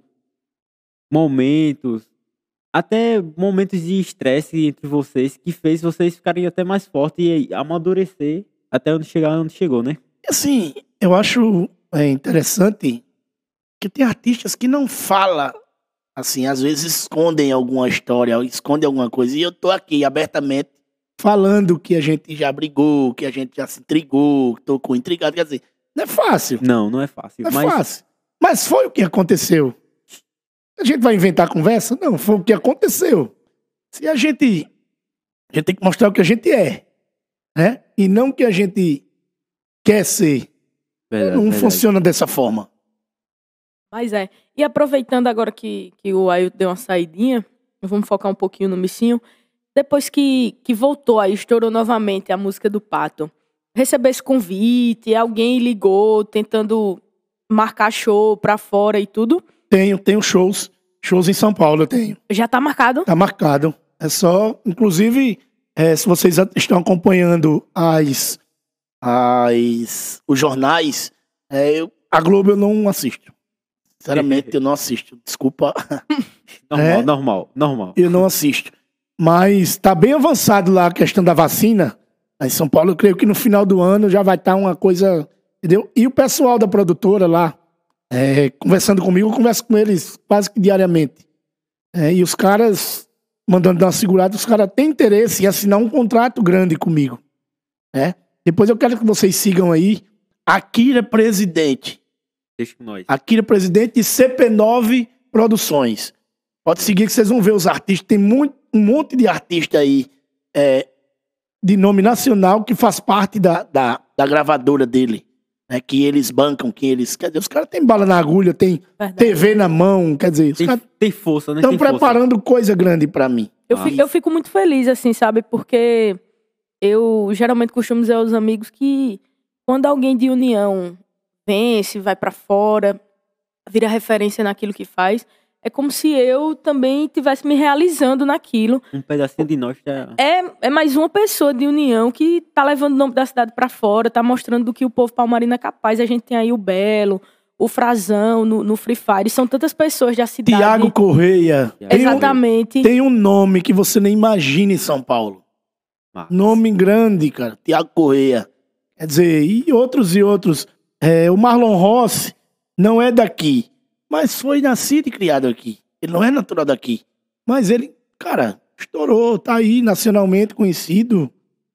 Momentos... Até momentos de estresse entre vocês que fez vocês ficarem até mais fortes e amadurecer até onde chegar onde chegou, né? E assim, eu acho é, interessante que tem artistas que não falam, assim, às vezes escondem alguma história, escondem alguma coisa. E eu tô aqui abertamente falando que a gente já brigou, que a gente já se intrigou, tô com intrigado. Quer dizer, não é fácil. Não, não é fácil. Não é mas fácil. Mas foi o que aconteceu. A gente vai inventar conversa? Não, foi o que aconteceu. Se a gente... A gente tem que mostrar o que a gente é, né? E não o que a gente quer ser. Verdade, não verdade. funciona dessa forma. Mas é. E aproveitando agora que, que o Ailton deu uma saidinha, vamos focar um pouquinho no Missinho. Depois que, que voltou aí, estourou novamente a música do Pato, recebeu esse convite, alguém ligou tentando marcar show pra fora e tudo. Tenho, tenho shows. Shows em São Paulo eu tenho. Já tá marcado? Tá marcado. É só, inclusive, é, se vocês estão acompanhando as, as, os jornais, é, eu- a Globo eu não assisto. Sinceramente, eu não assisto. Desculpa, Normal, É. normal, normal. eu não assisto. Mas tá bem avançado lá a questão da vacina. Em São Paulo, eu creio que no final do ano já vai estar uma coisa... Entendeu? E o pessoal da produtora lá, é, conversando comigo, eu converso com eles quase que diariamente. É, e os caras, mandando dar uma segurada, os caras têm interesse em assinar um contrato grande comigo. Né? Depois eu quero que vocês sigam aí Akira Presidente. Deixa com nós. Akira Presidente e C P nove Produções. Pode seguir que vocês vão ver os artistas. Tem muito, um monte de artista aí é, de nome nacional que faz parte da, da, da gravadora dele. né, que eles bancam, que eles... Quer dizer, os caras têm bala na agulha, tem Verdade. T V na mão, quer dizer, os Tem, caras tem força, né? estão Tem força. preparando coisa grande pra mim. Eu fico, eu fico muito feliz, assim, sabe? Porque eu geralmente costumo dizer aos amigos que quando alguém de União vence, vai pra fora, vira referência naquilo que faz, é como se eu também estivesse me realizando naquilo. Um pedacinho de nós tá... É, é mais uma pessoa de União que tá levando o nome da cidade pra fora, tá mostrando do que o povo palmarino é capaz. A gente tem aí o Belo, o Frazão no, no Free Fire. São tantas pessoas da cidade. Tiago Correia. Tem um, Exatamente. tem um nome que você nem imagina em São Paulo. Massa. Nome grande, cara. Tiago Correia. Quer dizer, e outros e outros. É, o Marlon Rossi não é daqui, mas foi nascido e criado aqui. Ele não é natural daqui. Mas ele, cara, estourou, tá aí nacionalmente conhecido.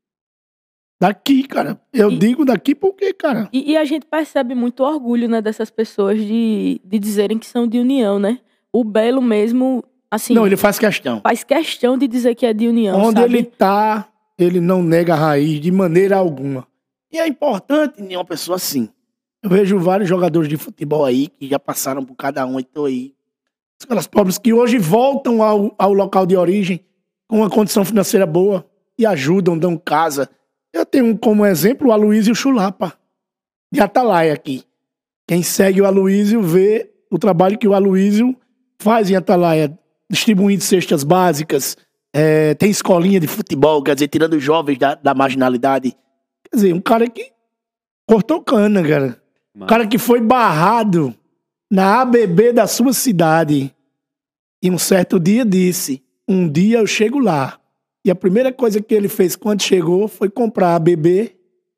Daqui, cara. Eu E- digo daqui porque, cara. E, e a gente percebe muito orgulho, né, dessas pessoas de, de dizerem que são de União, né? O Belo mesmo, assim, Não, ele faz questão. faz questão de dizer que é de União, Onde sabe? ele tá, ele não nega a raiz de maneira alguma. E é importante em uma pessoa assim. Eu vejo vários jogadores de futebol aí que já passaram por cada um e estão aí. Aquelas pobres que hoje voltam ao, ao local de origem com uma condição financeira boa e ajudam, dão casa. Eu tenho como exemplo o Aloysio Chulapa, de Atalaia aqui. Quem segue o Aloysio vê o trabalho que o Aloysio faz em Atalaia, distribuindo cestas básicas, é, tem escolinha de futebol, quer dizer, tirando os jovens da, da marginalidade. Quer dizer, um cara que cortou cana, cara. Um cara que foi barrado na A B B da sua cidade. E um certo dia disse, um dia eu chego lá. E a primeira coisa que ele fez quando chegou foi comprar a A B B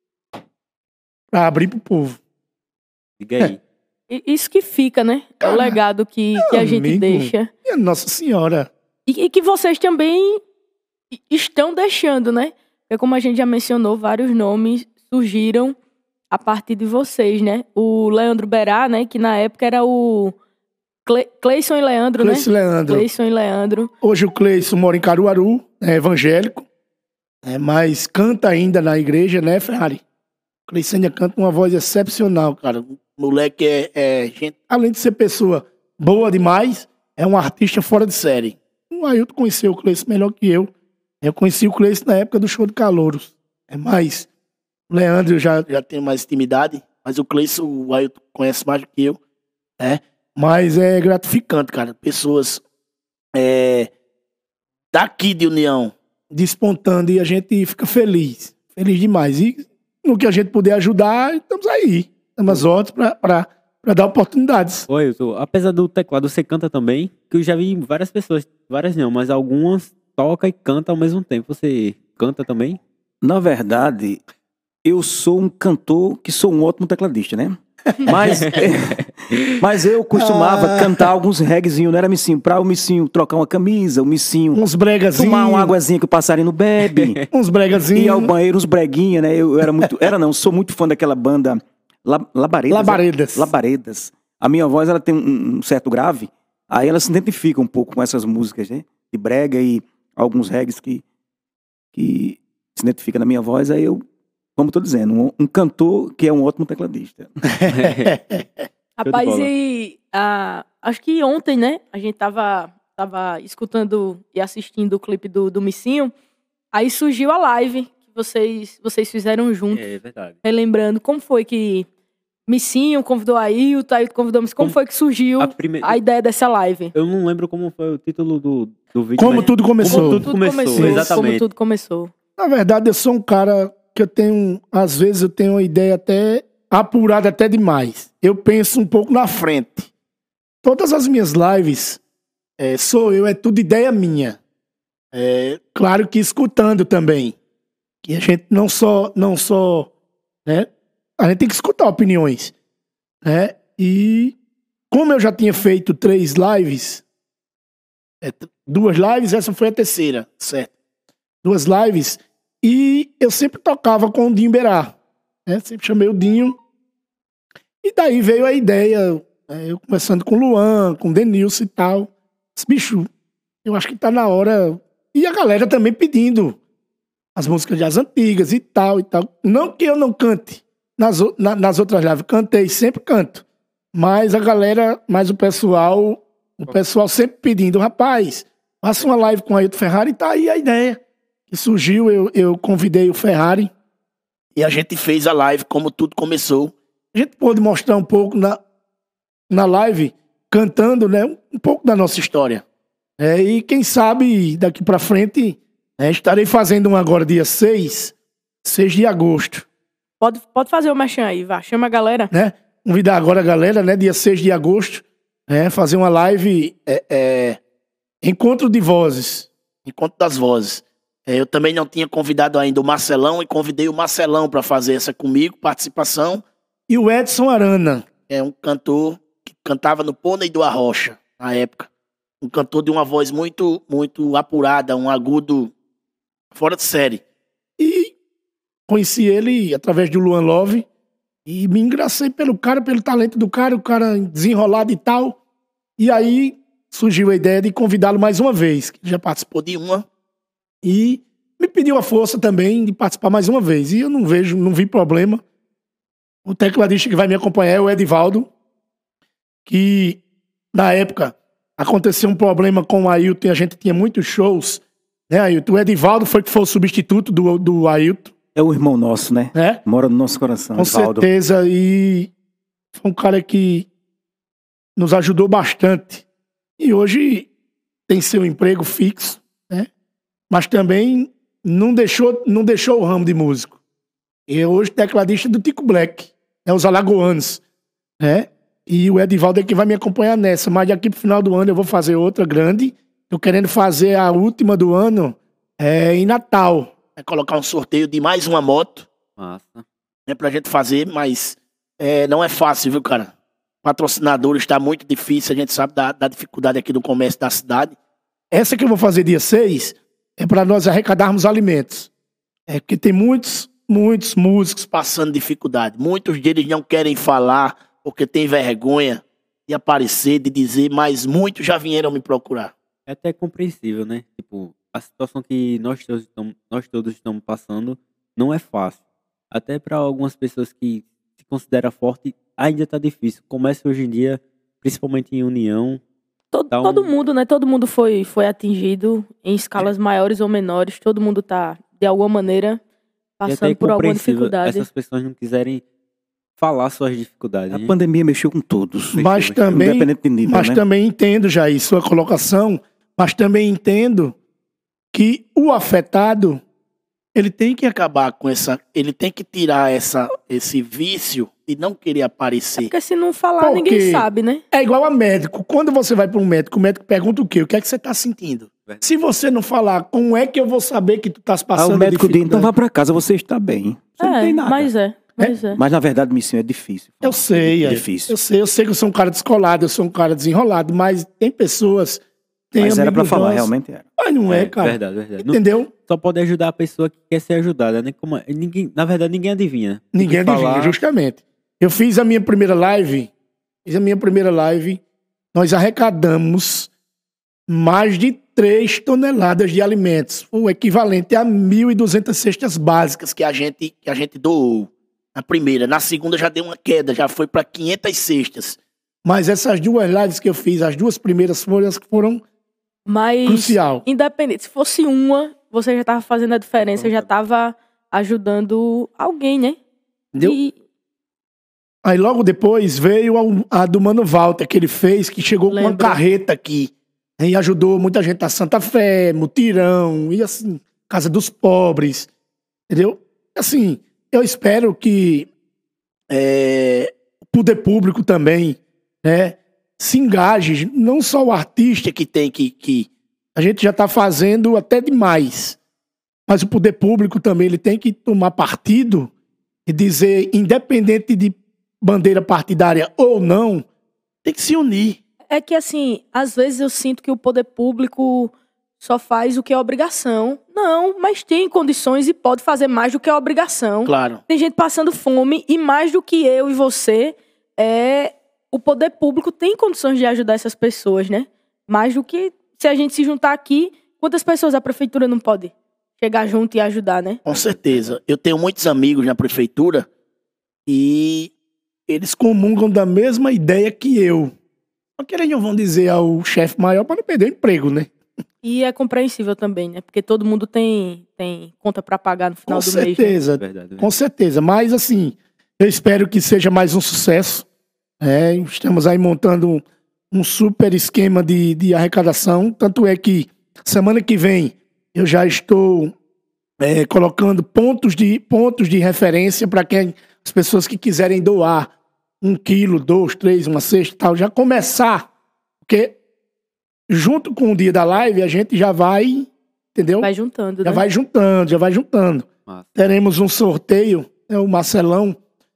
pra abrir pro povo. Diga aí. E isso que fica, né? É o legado que, que a gente amigo. deixa. Minha Nossa Senhora. E, e que vocês também estão deixando, né? Porque como a gente já mencionou, vários nomes surgiram a partir de vocês, né? O Leandro Berá, né? Que na época era o Cle... Cleison e Leandro, Cleiton né? Leandro. Cleison e Leandro. Hoje o Cleison mora em Caruaru, é evangélico, é, mas canta ainda na igreja, né, Ferrari? O Cleison ainda canta uma voz excepcional, cara. O moleque é, é gente, além de ser pessoa boa demais, é um artista fora de série. O Ailton conheceu o Cleison melhor que eu. Eu conheci o Cleison na época do show de Calouros. É mais, o Leandro eu já, já tenho mais intimidade, mas o Cleison, o Ailton conhece mais do que eu, né? Mas é gratificante, cara. Pessoas é, daqui de União despontando e a gente fica feliz. Feliz demais. E no que a gente puder ajudar, estamos aí. Estamos outros para dar oportunidades. Oi, Wilson. Apesar do teclado, você canta também? Que eu já vi várias pessoas, várias não, mas algumas toca e canta ao mesmo tempo. Você canta também? Na verdade, eu sou um cantor que sou um ótimo tecladista, né? Mas, mas eu costumava Ah. cantar alguns reguezinhos, não era missinho, pra o missinho trocar uma camisa, o missinho Uns bregazinhos. tomar uma águazinha que o passarinho bebe, Uns bregazinhos. ir ao banheiro, uns breguinha, né? Eu, eu era muito, era não, sou muito fã daquela banda La- Labaredas. Labaredas. né? Labaredas. A minha voz, ela tem um, um certo grave, aí ela se identifica um pouco com essas músicas, né? De brega e alguns regues que, que se identificam na minha voz, aí eu, como estou dizendo, um, um cantor que é um ótimo tecladista. Rapaz, bola. e ah, acho que ontem, né? A gente tava, tava escutando e assistindo o clipe do, do Missinho. Aí surgiu a live que vocês, vocês fizeram juntos, É verdade. relembrando como foi que Missinho convidou a Ailton, Ailton convidou a Missinho. Como Como- foi que surgiu A primeira... a ideia dessa live? Eu não lembro como foi o título do, do vídeo. Como mas- tudo começou. Como tudo começou, Como exatamente. tudo começou. Na verdade, eu sou um cara que eu tenho, às vezes eu tenho uma ideia até apurada até demais. Eu penso um pouco na frente. Todas as minhas lives, é, sou eu, é tudo ideia minha. É, claro que escutando também. Que a gente não só, não só, né? A gente tem que escutar opiniões, né? E como eu já tinha feito três lives, é, t- duas lives, essa foi a terceira, certo? Duas lives, e eu sempre tocava com o Dinho Berá, né? Sempre chamei o Dinho. E daí veio a ideia, né? Eu conversando com o Luan, com o Denilson e tal. Esse bicho, eu acho que tá na hora. E a galera também pedindo as músicas das antigas e tal e tal. Não que eu não cante, nas, o- na- nas outras lives. Cantei, sempre canto. Mas a galera, mas o pessoal, o pessoal sempre pedindo, rapaz, faça uma live com o Ailton Ferrari, e tá aí a ideia. Que surgiu, eu, eu convidei o Ferrari e a gente fez a live como tudo começou. A gente pôde mostrar um pouco na, na live, cantando, né, um pouco da nossa história. É, e quem sabe daqui pra frente, né, estarei fazendo um agora dia seis, seis de agosto, Pode, pode fazer o merchan aí, vá. Chama a galera. né? Convidar agora a galera, né, dia seis de agosto, né, fazer uma live, é, é, Encontro de Vozes, Encontro das Vozes. É, eu também não tinha convidado ainda o Marcelão e convidei o Marcelão para fazer essa comigo, participação. E o Edson Arana, é um cantor que cantava no Pônei do Arrocha, na época. Um cantor de uma voz muito, muito apurada, um agudo fora de série. E conheci ele através do Luan Love e me engracei pelo cara, pelo talento do cara, o cara desenrolado e tal. E aí surgiu a ideia de convidá-lo mais uma vez, que ele já participou de uma. E me pediu a força também de participar mais uma vez. E eu não vejo, não vi problema. O tecladista que vai me acompanhar é o Edivaldo, que na época aconteceu um problema com o Ailton e a gente tinha muitos shows, né, Ailton? O Edivaldo foi que foi o substituto do, do Ailton, É o irmão nosso, né? né? Mora no nosso coração, Com Edivaldo. certeza. E foi um cara que nos ajudou bastante. E hoje tem seu emprego fixo, né? Mas também não deixou, não deixou o ramo de músico. E é hoje tecladista do Tico Black, né? Os Alagoanos, né? E o Edivaldo é que vai me acompanhar nessa. Mas daqui pro final do ano eu vou fazer outra grande. Tô querendo fazer a última do ano é, em Natal. É colocar um sorteio de mais uma moto, Massa. né, pra gente fazer, mas é, não é fácil, viu, cara? Patrocinador está muito difícil, a gente sabe da, da dificuldade aqui do comércio da cidade. Essa que eu vou fazer dia seis é para nós arrecadarmos alimentos. É porque tem muitos, muitos músicos passando dificuldade. Muitos deles não querem falar porque tem vergonha de aparecer, de dizer, mas muitos já vieram me procurar. É até compreensível, né? Tipo, a situação que nós todos estamos, nós todos estamos passando não é fácil. Até para algumas pessoas que se consideram forte, ainda tá difícil. Começa hoje em dia, principalmente em união. Todo, Tá um- todo mundo, né? Todo mundo foi, foi atingido em escalas maiores ou menores. Todo mundo tá, de alguma maneira, E até passando por alguma compreensível dificuldade. essas pessoas não quiserem falar suas dificuldades. A né? pandemia mexeu com todos. Mas Mexeu, também, Independente de nível, mas né? também entendo, Jair, sua colocação, mas também entendo que o afetado, ele tem que acabar com essa, ele tem que tirar essa, esse vício de não querer aparecer. Porque se não falar, Por ninguém quê? sabe, né? É igual a médico. Quando você vai para um médico, o médico pergunta o quê? O que é que você está sentindo? Verdade. Se você não falar, como é que eu vou saber que tu estás Ah, passando o médico diz, então dificuldade? vá pra casa, você está bem. Você não É, tem nada. mas é. Mas é. Mas na verdade, missinho, é difícil. Eu sei, é é. difícil. Eu sei, eu sei que eu sou um cara descolado, eu sou um cara desenrolado, mas tem pessoas, tem Mas era pra amigos falar, nossos- realmente era. Mas não é, É, cara. verdade, verdade. Não- Entendeu? Só pode ajudar a pessoa que quer ser ajudada, né? Como, ninguém, na verdade, ninguém adivinha. Tem Ninguém que adivinha, falar- justamente. Eu fiz a minha primeira live, fiz a minha primeira live, nós arrecadamos mais de três toneladas de alimentos, o equivalente a mil e duzentas cestas básicas que a gente, que a gente doou. Na primeira, na segunda já deu uma queda, já foi para quinhentas cestas. Mas essas duas lives que eu fiz, as duas primeiras foram as que foram Mas, crucial. independente, se fosse uma, você já tava fazendo a diferença, já tava ajudando alguém, né? Entendeu? E Aí logo depois veio a, a do Mano Walter, que ele fez, que chegou com uma Lembro. carreta aqui. E ajudou muita gente a Santa Fé, Mutirão, e assim, Casa dos Pobres. Entendeu? Assim, eu espero que é, o poder público também, né, se engaje. Não só o artista que tem que... que a gente já está fazendo até demais. Mas o poder público também ele tem que tomar partido e dizer, independente de bandeira partidária ou não, tem que se unir. é que, assim, às vezes eu sinto que o poder público só faz o que é obrigação. Não, mas tem condições e pode fazer mais do que é obrigação. Claro. Tem gente passando fome e mais do que eu e você, é, o poder público tem condições de ajudar essas pessoas, né? Mais do que se a gente se juntar aqui, quantas pessoas a prefeitura não pode chegar junto e ajudar, né? Com certeza. Eu tenho muitos amigos na prefeitura e eles comungam da mesma ideia que eu. Só que eles não vão dizer ao chefe maior para não perder o emprego, né? E é compreensível também, né? Porque todo mundo tem, tem conta para pagar no final Com do mês. Né? certeza, Verdade, com certeza. Mas, assim, eu espero que seja mais um sucesso. É, estamos aí montando um, um super esquema de, de arrecadação. Tanto é que semana que vem eu já estou é, colocando pontos de, pontos de referência para quem as pessoas que quiserem doar um quilo, dois, três, uma cesta e tal, já começar. Porque junto com o dia da live a gente já vai, entendeu? Vai juntando, Já né? vai juntando, já vai juntando. Massa. Teremos um sorteio, né, o Marcelão,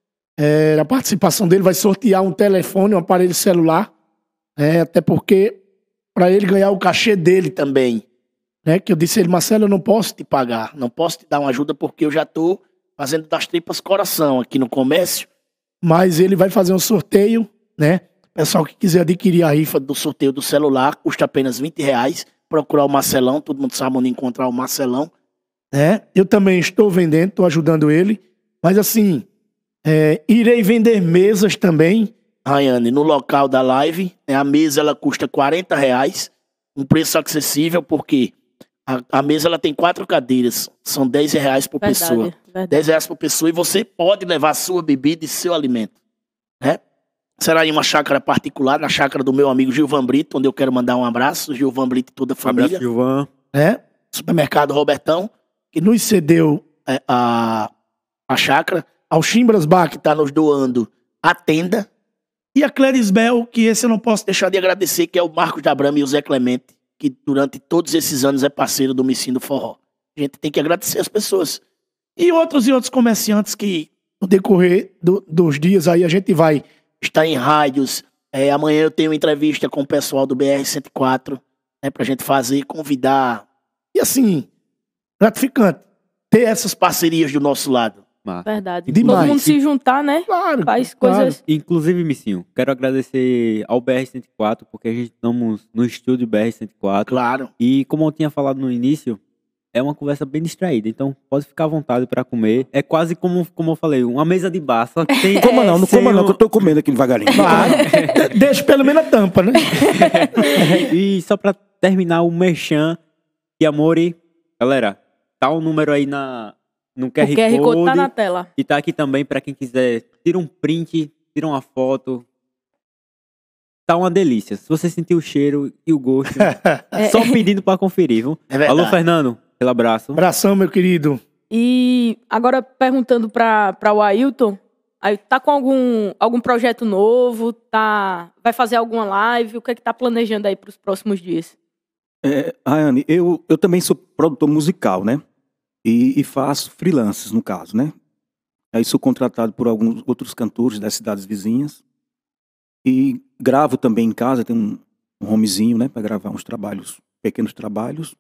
é, a participação dele vai sortear um telefone, um aparelho celular, é, até porque para ele ganhar o cachê dele também, né, que eu disse a ele, Marcelo, eu não posso te pagar, não posso te dar uma ajuda porque eu já estou fazendo das tripas coração aqui no comércio, mas ele vai fazer um sorteio, né, pessoal que quiser adquirir a rifa do sorteio do celular, custa apenas vinte reais, procurar o Marcelão, todo mundo sabe onde encontrar o Marcelão, né, eu também estou vendendo, estou ajudando ele, mas assim, é, irei vender mesas também, Rayane, no local da live. A mesa ela custa quarenta reais, um preço acessível, porque a, a mesa ela tem quatro cadeiras, são dez reais por Verdade, pessoa. verdade. dez reais por pessoa e você pode levar sua bebida e seu alimento. Né? Será em uma chácara particular, na chácara do meu amigo Gilvan Brito, onde eu quero mandar um abraço, Gilvan Brito e toda a Um abraço, família. Gilvan. Né? Supermercado Robertão, que nos cedeu é, a, a chácara. Ao Chimbras Bar, que está nos doando a tenda. E a Clerisbel, que esse eu não posso deixar de agradecer, que é o Marcos da Brama e o Zé Clemente, que durante todos esses anos é parceiro do Missinho do Forró. A gente tem que agradecer as pessoas. E outros e outros comerciantes que, no decorrer do, dos dias, aí a gente vai estar em rádios. É, amanhã eu tenho uma entrevista com o pessoal do B R cento e quatro, né, pra gente fazer, convidar. E assim, gratificante ter essas parcerias do nosso lado. Massa. Verdade. Demais. Todo mundo se juntar, né? Claro, Faz claro. coisas... Inclusive, Missinho, quero agradecer ao B R cento e quatro, porque a gente estamos no estúdio B R cento e quatro. Claro. E como eu tinha falado no início, é uma conversa bem distraída, então pode ficar à vontade para comer. É quase como, como eu falei, uma mesa de bar, só que tem... Coma não, não sem coma não, um- que eu tô comendo aqui devagarinho. Claro. Deixa pelo menos a tampa, né? E só pra terminar o merchan, que Amore, galera, tá o número aí na, no Q R, O Q R Code Code, tá na tela. e tá aqui também pra quem quiser, tira um print, tira uma foto. Tá uma delícia. Se você sentir o cheiro e o gosto, só pedindo pra conferir, viu? É verdade. Alô, Fernando, pelo abraço. Abração, meu querido. E agora perguntando para o Ailton, aí tá com algum, algum projeto novo? Tá, vai fazer alguma live? O que é que tá planejando aí para os próximos dias? É, Rayane, eu, eu também sou produtor musical, né? E, e faço freelances, no caso, né? Aí sou contratado por alguns outros cantores das cidades vizinhas. E gravo também em casa, tenho um, um homezinho, né? Para gravar uns trabalhos, pequenos trabalhos.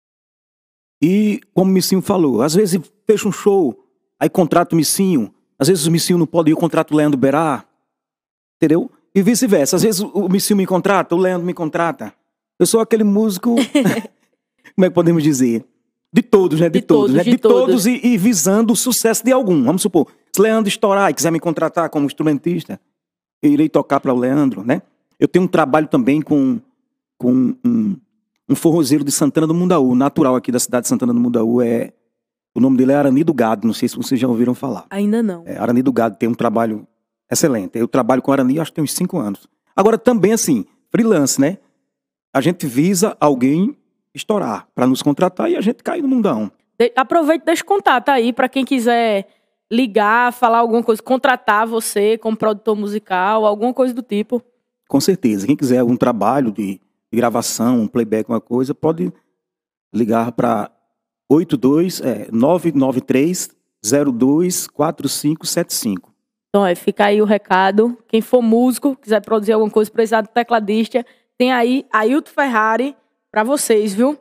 E, como o Missinho falou, às vezes fecho um show, aí contrato o Missinho. Às vezes o Missinho não pode ir, eu contrato o Leandro Berá. Entendeu? E vice-versa. Às vezes o Missinho me contrata, o Leandro me contrata. Eu sou aquele músico, como é que podemos dizer? De todos, né? De, De todos, todos, né? de De todos, todos. e, e visando o sucesso de algum. Vamos supor, se Leandro estourar e quiser me contratar como instrumentista, eu irei tocar para o Leandro, né? Eu tenho um trabalho também com, com um, um forrozeiro de Santana do Mundaú, natural aqui da cidade de Santana do Mundaú. É, o nome dele é Arani do Gado, não sei se vocês já ouviram falar. Ainda não. É, Arani do Gado tem um trabalho excelente. Eu trabalho com Arani, acho que tem uns cinco anos. Agora, também assim, freelance, né? A gente visa alguém estourar para nos contratar e a gente cair no mundão. De, aproveita e deixa o contato aí para quem quiser ligar, falar alguma coisa, contratar você como produtor musical, alguma coisa do tipo. Com certeza. Quem quiser algum trabalho de, de gravação, um playback, uma coisa, pode ligar para oito dois, é, nove nove três, zero dois, quatro cinco sete cinco. Então, é, fica aí o recado. Quem for músico, quiser produzir alguma coisa, precisar de tecladista, tem aí Ailton Ferrari para vocês, viu?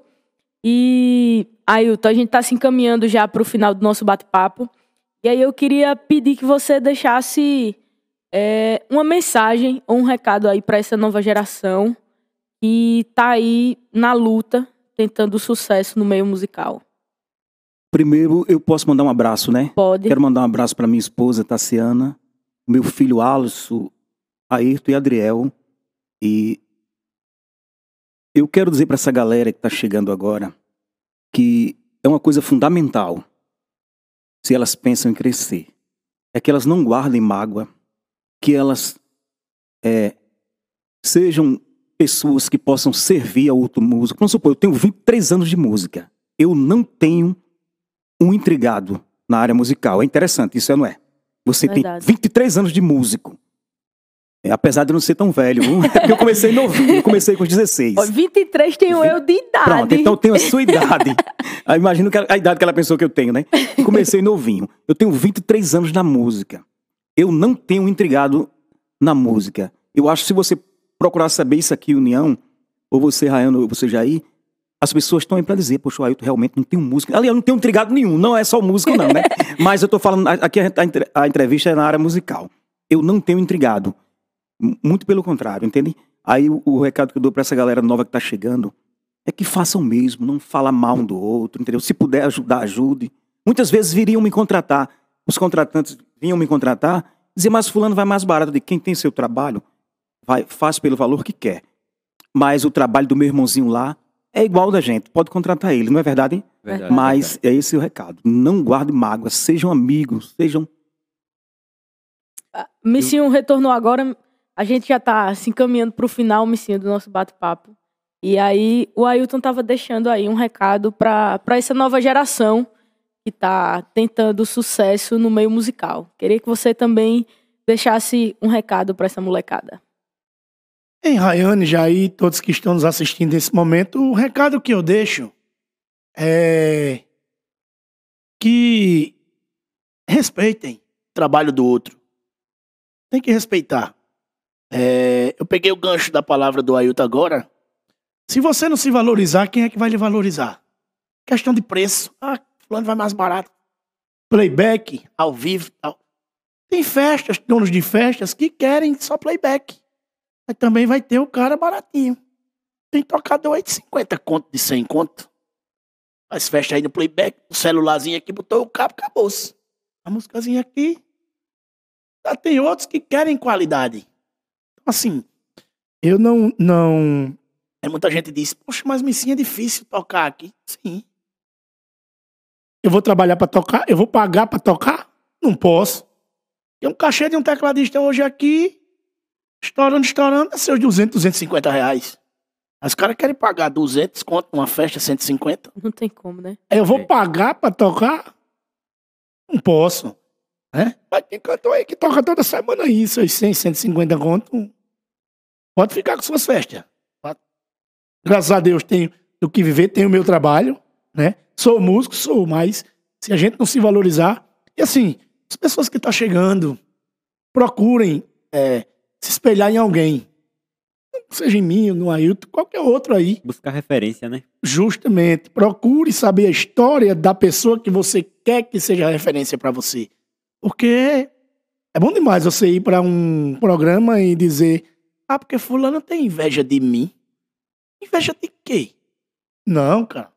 E, Ailton, a gente tá se encaminhando já para o final do nosso bate-papo. E aí eu queria pedir que você deixasse é, uma mensagem ou um recado aí para essa nova geração que tá aí na luta, tentando sucesso no meio musical. Primeiro, eu posso mandar um abraço, né? Pode. Quero mandar um abraço para minha esposa, Tassiana, meu filho Alisson, Ayrton e Adriel. E eu quero dizer para essa galera que está chegando agora que é uma coisa fundamental, se elas pensam em crescer, é que elas não guardem mágoa, que elas é, sejam pessoas que possam servir a outro músico. Vamos supor, eu tenho vinte e três anos de música. Eu não tenho um intrigado na área musical. É interessante, isso não é? Você Verdade. tem vinte e três anos de músico. É, apesar de eu não ser tão velho, viu? É porque eu comecei novinho, eu comecei com dezesseis. Ó, vinte e três tenho eu de idade. Pronto, então eu tenho a sua idade. Aí imagino que a, a idade que ela pensou que eu tenho, né? Comecei novinho. Eu tenho vinte e três anos na música. Eu não tenho intrigado na música. Eu acho que se você procurar saber isso aqui, União, ou você, Rayano, ou você, Jair, as pessoas estão aí pra dizer, poxa, o Ailton realmente não tem um músico. Ali eu não tenho intrigado nenhum, não é só músico não, né? Mas eu tô falando, aqui a, a, a entrevista é na área musical. Eu não tenho intrigado. Muito pelo contrário, entende? Aí o, o recado que eu dou pra essa galera nova que tá chegando é que façam mesmo, não fala mal um do outro, entendeu? Se puder ajudar, ajude. Muitas vezes viriam me contratar, os contratantes vinham me contratar, dizer, mas fulano vai mais barato de quem tem seu trabalho, vai, faz pelo valor que quer. Mas o trabalho do meu irmãozinho lá é igual ao da gente, pode contratar ele, não é verdade? Verdade. Mas é esse o recado. Não guarde mágoas, sejam amigos, sejam... Missinho retornou agora. A gente já tá se encaminhando pro final, Missinho, do nosso bate-papo. E aí, o Ailton tava deixando aí um recado pra, pra essa nova geração que tá tentando sucesso no meio musical. Queria que você também deixasse um recado pra essa molecada. Em Rayane, Jair, todos que estão nos assistindo nesse momento, o recado que eu deixo é que respeitem o trabalho do outro. Tem que respeitar. É, eu peguei o gancho da palavra do Ailton agora. Se você não se valorizar, quem é que vai lhe valorizar? Questão de preço. Ah, fulano vai mais barato. Playback, ao vivo. Tal. Tem festas, donos de festas que querem só playback. Mas também vai ter o cara baratinho. Tem tocador aí de cinquenta conto, de cem conto. Faz festa aí no playback, o celularzinho aqui, botou o cabo, acabou-se. A músicazinha aqui. Já tem outros que querem qualidade. Então, assim, eu não, não... Aí muita gente diz, poxa, mas Missinho é difícil tocar aqui. Sim. Eu vou trabalhar pra tocar? Eu vou pagar pra tocar? Não posso. Tem um cachê de um tecladista hoje aqui, estourando, estourando, é seus duzentos, duzentos e cinquenta reais. Mas os caras querem pagar duzentos conto numa festa, cento e cinquenta. Não tem como, né? Aí eu vou pagar pra tocar? Não posso. Né? Mas tem cantor aí que toca toda semana aí, seus cem, cento e cinquenta conto. Pode ficar com suas festas. Graças a Deus tenho do que viver, tenho o meu trabalho, né? Sou músico, sou, mas se a gente não se valorizar... E assim, as pessoas que estão chegando, procurem é, se espelhar em alguém. Seja em mim, no Ailton, qualquer outro aí. Buscar referência, né? Justamente. Procure saber a história da pessoa que você quer que seja referência para você. Porque é bom demais você ir para um programa e dizer, ah, porque fulano tem inveja de mim. Inveja de quê? Não, cara.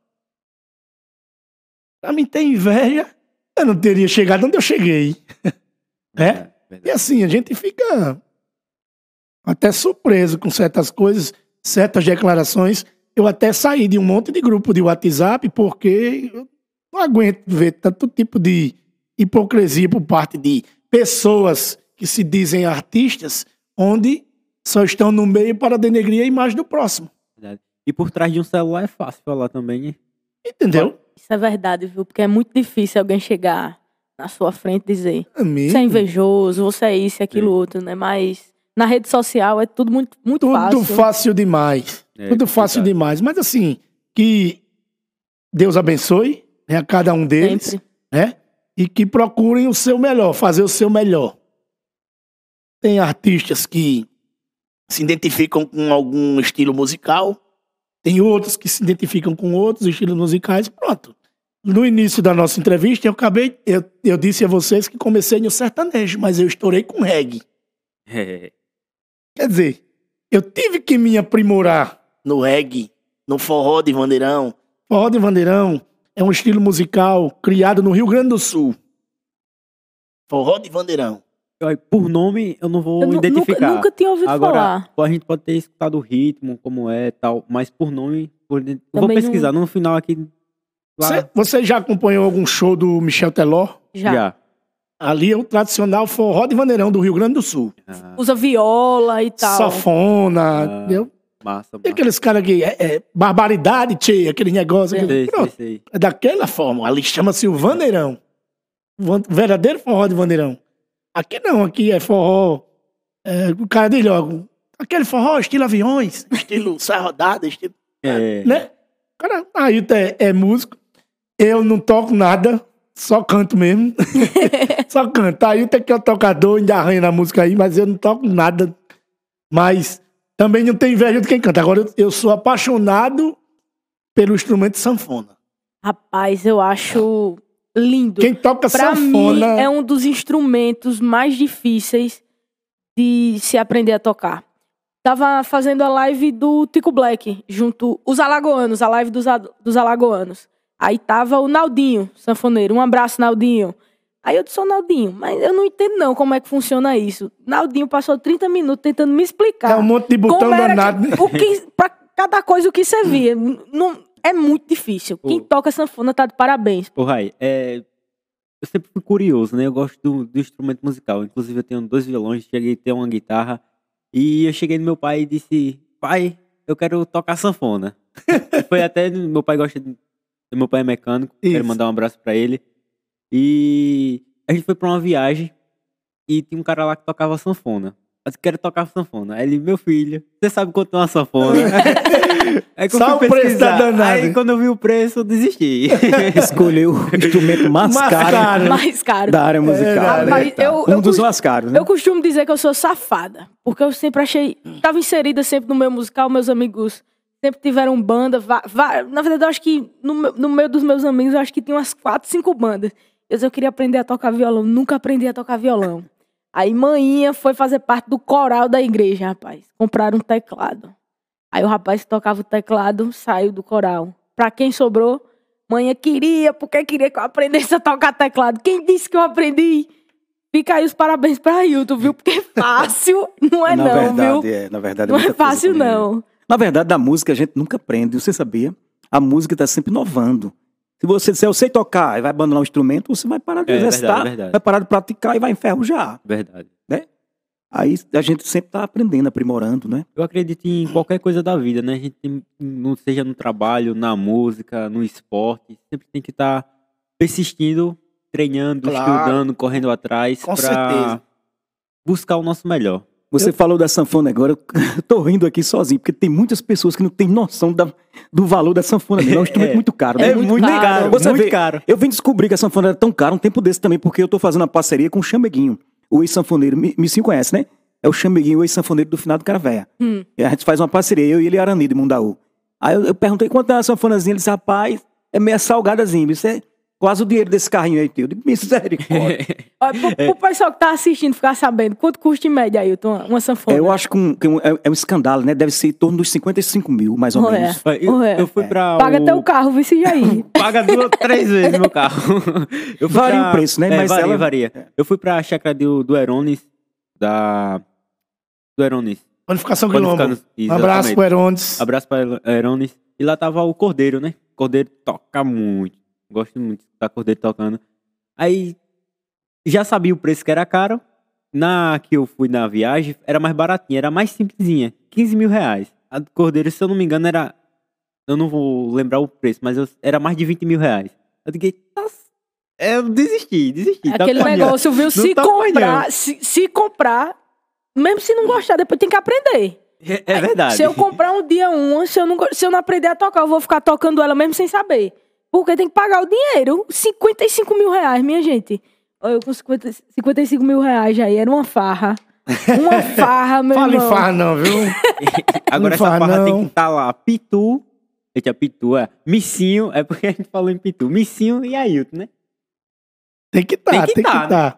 Pra mim ter inveja, eu não teria chegado onde eu cheguei. É? E assim, a gente fica até surpreso com certas coisas, certas declarações. Eu até saí de um monte de grupo de WhatsApp porque eu não aguento ver tanto tipo de hipocrisia por parte de pessoas que se dizem artistas, onde só estão no meio para denegrir a imagem do próximo. E por trás de um celular é fácil falar também, né? Entendeu? Isso é verdade, viu? Porque é muito difícil alguém chegar na sua frente e dizer Amigo. você é invejoso, você é isso e aquilo É. outro, né? Mas na rede social é tudo muito, muito Tudo fácil. fácil demais. É, Tudo fácil verdade. demais. Mas assim, que Deus abençoe, né, a cada um deles, Sempre. né? E que procurem o seu melhor, fazer o seu melhor. Tem artistas que se identificam com algum estilo musical, tem outros que se identificam com outros estilos musicais, pronto. No início da nossa entrevista, eu acabei, eu, eu disse a vocês que comecei no sertanejo, mas eu estourei com reggae. É. Quer dizer, eu tive que me aprimorar no reggae, no forró de vandeirão. Forró de vandeirão é um estilo musical criado no Rio Grande do Sul. Forró de Vandeirão. Olha, por nome, eu não vou Eu nu- identificar. Nunca, nunca tinha ouvido Agora, falar. a gente pode ter escutado o ritmo, como é e tal, mas por nome, por... eu vou Também pesquisar. No final aqui, lá, Você, você já acompanhou algum show do Michel Teló? Já. já. Ali é o tradicional forró de Vandeirão do Rio Grande do Sul. Ah, Usa viola e tal. Safona, Ah. entendeu? massa, E massa. aqueles caras que é, é barbaridade, tchê, aquele negócio. É. Aquele, Sei, sei, pronto, sei. é daquela forma. Ali chama-se o Vandeirão. O van- verdadeiro forró de Vandeirão. Aqui não, aqui é forró. É, o cara diz logo, aquele forró estilo aviões, estilo sai rodada, estilo. É, Né? O cara, aí é, é músico. Eu não toco nada, só canto mesmo. Só canto. Aí tem que é o tocador, ainda arranha na música aí, mas eu não toco nada. Mas também não tenho inveja de quem canta. Agora eu, eu sou apaixonado pelo instrumento sanfona. Rapaz, eu acho lindo. Quem toca Pra mim, sanfona. é um dos instrumentos mais difíceis de se aprender a tocar. Tava fazendo a live do Tico Black, junto os alagoanos, a live dos, a- dos alagoanos. Aí tava o Naldinho, sanfoneiro. Um abraço, Naldinho. Aí eu disse, ô Naldinho, mas eu não entendo não como é que funciona isso. Naldinho passou trinta minutos tentando me explicar. É um monte de botão como era danado, que- né? o que, pra cada coisa o que você via. Não, é muito difícil. Quem Ô. toca sanfona tá de parabéns. Ô, Rai, é... eu sempre fui curioso, né? Eu gosto do, do instrumento musical. Inclusive, eu tenho dois violões, cheguei a ter uma guitarra. E eu cheguei no meu pai e disse, pai, eu quero tocar sanfona. Foi até, meu pai gosta de... Meu pai é mecânico, Isso. quero mandar um abraço pra ele. E a gente foi pra uma viagem e tinha um cara lá que tocava sanfona. Eu disse, quero tocar sanfona. Aí ele, meu filho, você sabe quanto é uma sanfona? Aí que eu Só fui o preço pesquisar. tá danado. Aí quando eu vi o preço, eu desisti. Escolheu o instrumento mais, Mais caro, caro. Mais caro. da área musical. Rapaz, né? Mas eu- um eu dos cost- mais caros, né? Eu costumo dizer que eu sou safada, porque eu sempre achei... Tava inserida sempre no meio musical, meus amigos sempre tiveram banda. va- va- na verdade, eu acho que no, meu- no meio dos meus amigos, eu acho que tinha umas quatro, cinco bandas. Eu, disse, eu queria aprender a tocar violão, nunca aprendi a tocar violão. Aí manhinha foi fazer parte do coral da igreja, rapaz. Compraram um teclado. Aí o rapaz que tocava o teclado saiu do coral. Pra quem sobrou, manhã queria, porque queria que eu aprendesse a tocar teclado. Quem disse que eu aprendi? Fica aí os parabéns pra Ailton, viu? Porque fácil não é na não, verdade, viu? é. Na verdade, Não muita é coisa fácil também. não. Na verdade, da música a gente nunca aprende. Você sabia? A música está sempre inovando. Se você disser, eu sei tocar e vai abandonar o instrumento, você vai parar de É, exercitar, verdade, verdade. vai parar de praticar e vai enferrujar. Verdade. Aí a gente sempre está aprendendo, aprimorando, né? Eu acredito em qualquer coisa da vida, né? A gente tem, não seja no trabalho, na música, no esporte, sempre tem que estar persistindo, treinando, Claro. estudando, correndo atrás Com pra certeza. buscar o nosso melhor. Você falou da sanfona agora, eu tô rindo aqui sozinho, porque tem muitas pessoas que não têm noção da- do valor da sanfona. mesmo. É um instrumento É. muito caro. É né? muito muito caro. caro, Você muito vê, caro. Eu vim descobrir que a sanfona era tão cara um tempo desse também, porque eu tô fazendo uma parceria com o Chameguinho, o ex-sanfoneiro. Me, me sim conhece, né? É o Chameguinho, o ex-sanfoneiro do final do Caravéia. Hum. E a gente faz uma parceria, eu e ele e Arani de Mundaú. Aí eu, eu perguntei quanto é uma sanfonazinha, ele disse, rapaz, é meia salgadazinha, isso é quase o dinheiro desse carrinho aí teu. Eu digo, misericórdia. Olha, pro, pro pessoal que tá assistindo ficar sabendo, quanto custa em média, Ailton, uma, uma sanfona? É, eu acho que, um- que um- é, é um escandalo, né? Deve ser em torno dos cinquenta e cinco mil, mais ou Ué. menos. Eu, Ué. eu fui pra Paga o... teu carro, viu, se Jair? Paga duas, três vezes meu carro. Eu fui Varia o preço, né? É, Mas varia, ela- varia. Eu fui pra chácara do, do Herones, da... Do Herones. Bonificação Bonificação, Quilombo. Um exatamente. abraço pro Herondes. Abraço para Herones. E lá tava o Cordeiro, né? O Cordeiro toca muito. Gosto muito de escutar Cordeiro tocando. Aí, já sabia o preço que era caro. Na que eu fui na viagem, era mais baratinha, era mais simplesinha. quinze mil reais. A do Cordeiro, se eu não me engano, era... Eu não vou lembrar o preço, mas eu- era mais de vinte mil reais. Eu digo, nossa... Eu desisti, desisti. tá Aquele apanhando. negócio, viu? Não Se tá comprar, apanhando. se, se comprar, mesmo se não gostar, depois tem que aprender. É, é verdade. Se eu comprar um dia uma, se eu, não, go- se eu não aprender a tocar, eu vou ficar tocando ela mesmo sem saber. Porque tem que pagar o dinheiro. cinquenta e cinco mil reais, minha gente. Olha, eu com cinquenta, cinquenta e cinco mil reais já aí, era uma farra. Uma farra, meu Fala em irmão. farra não, viu? Agora Não essa faz, farra tem não. que estar lá. Pitu. Eita, Pitu, é. Missinho, é porque a gente falou em Pitu. Missinho e Ailton, né? Tem que estar, Tem tem que que tá, estar.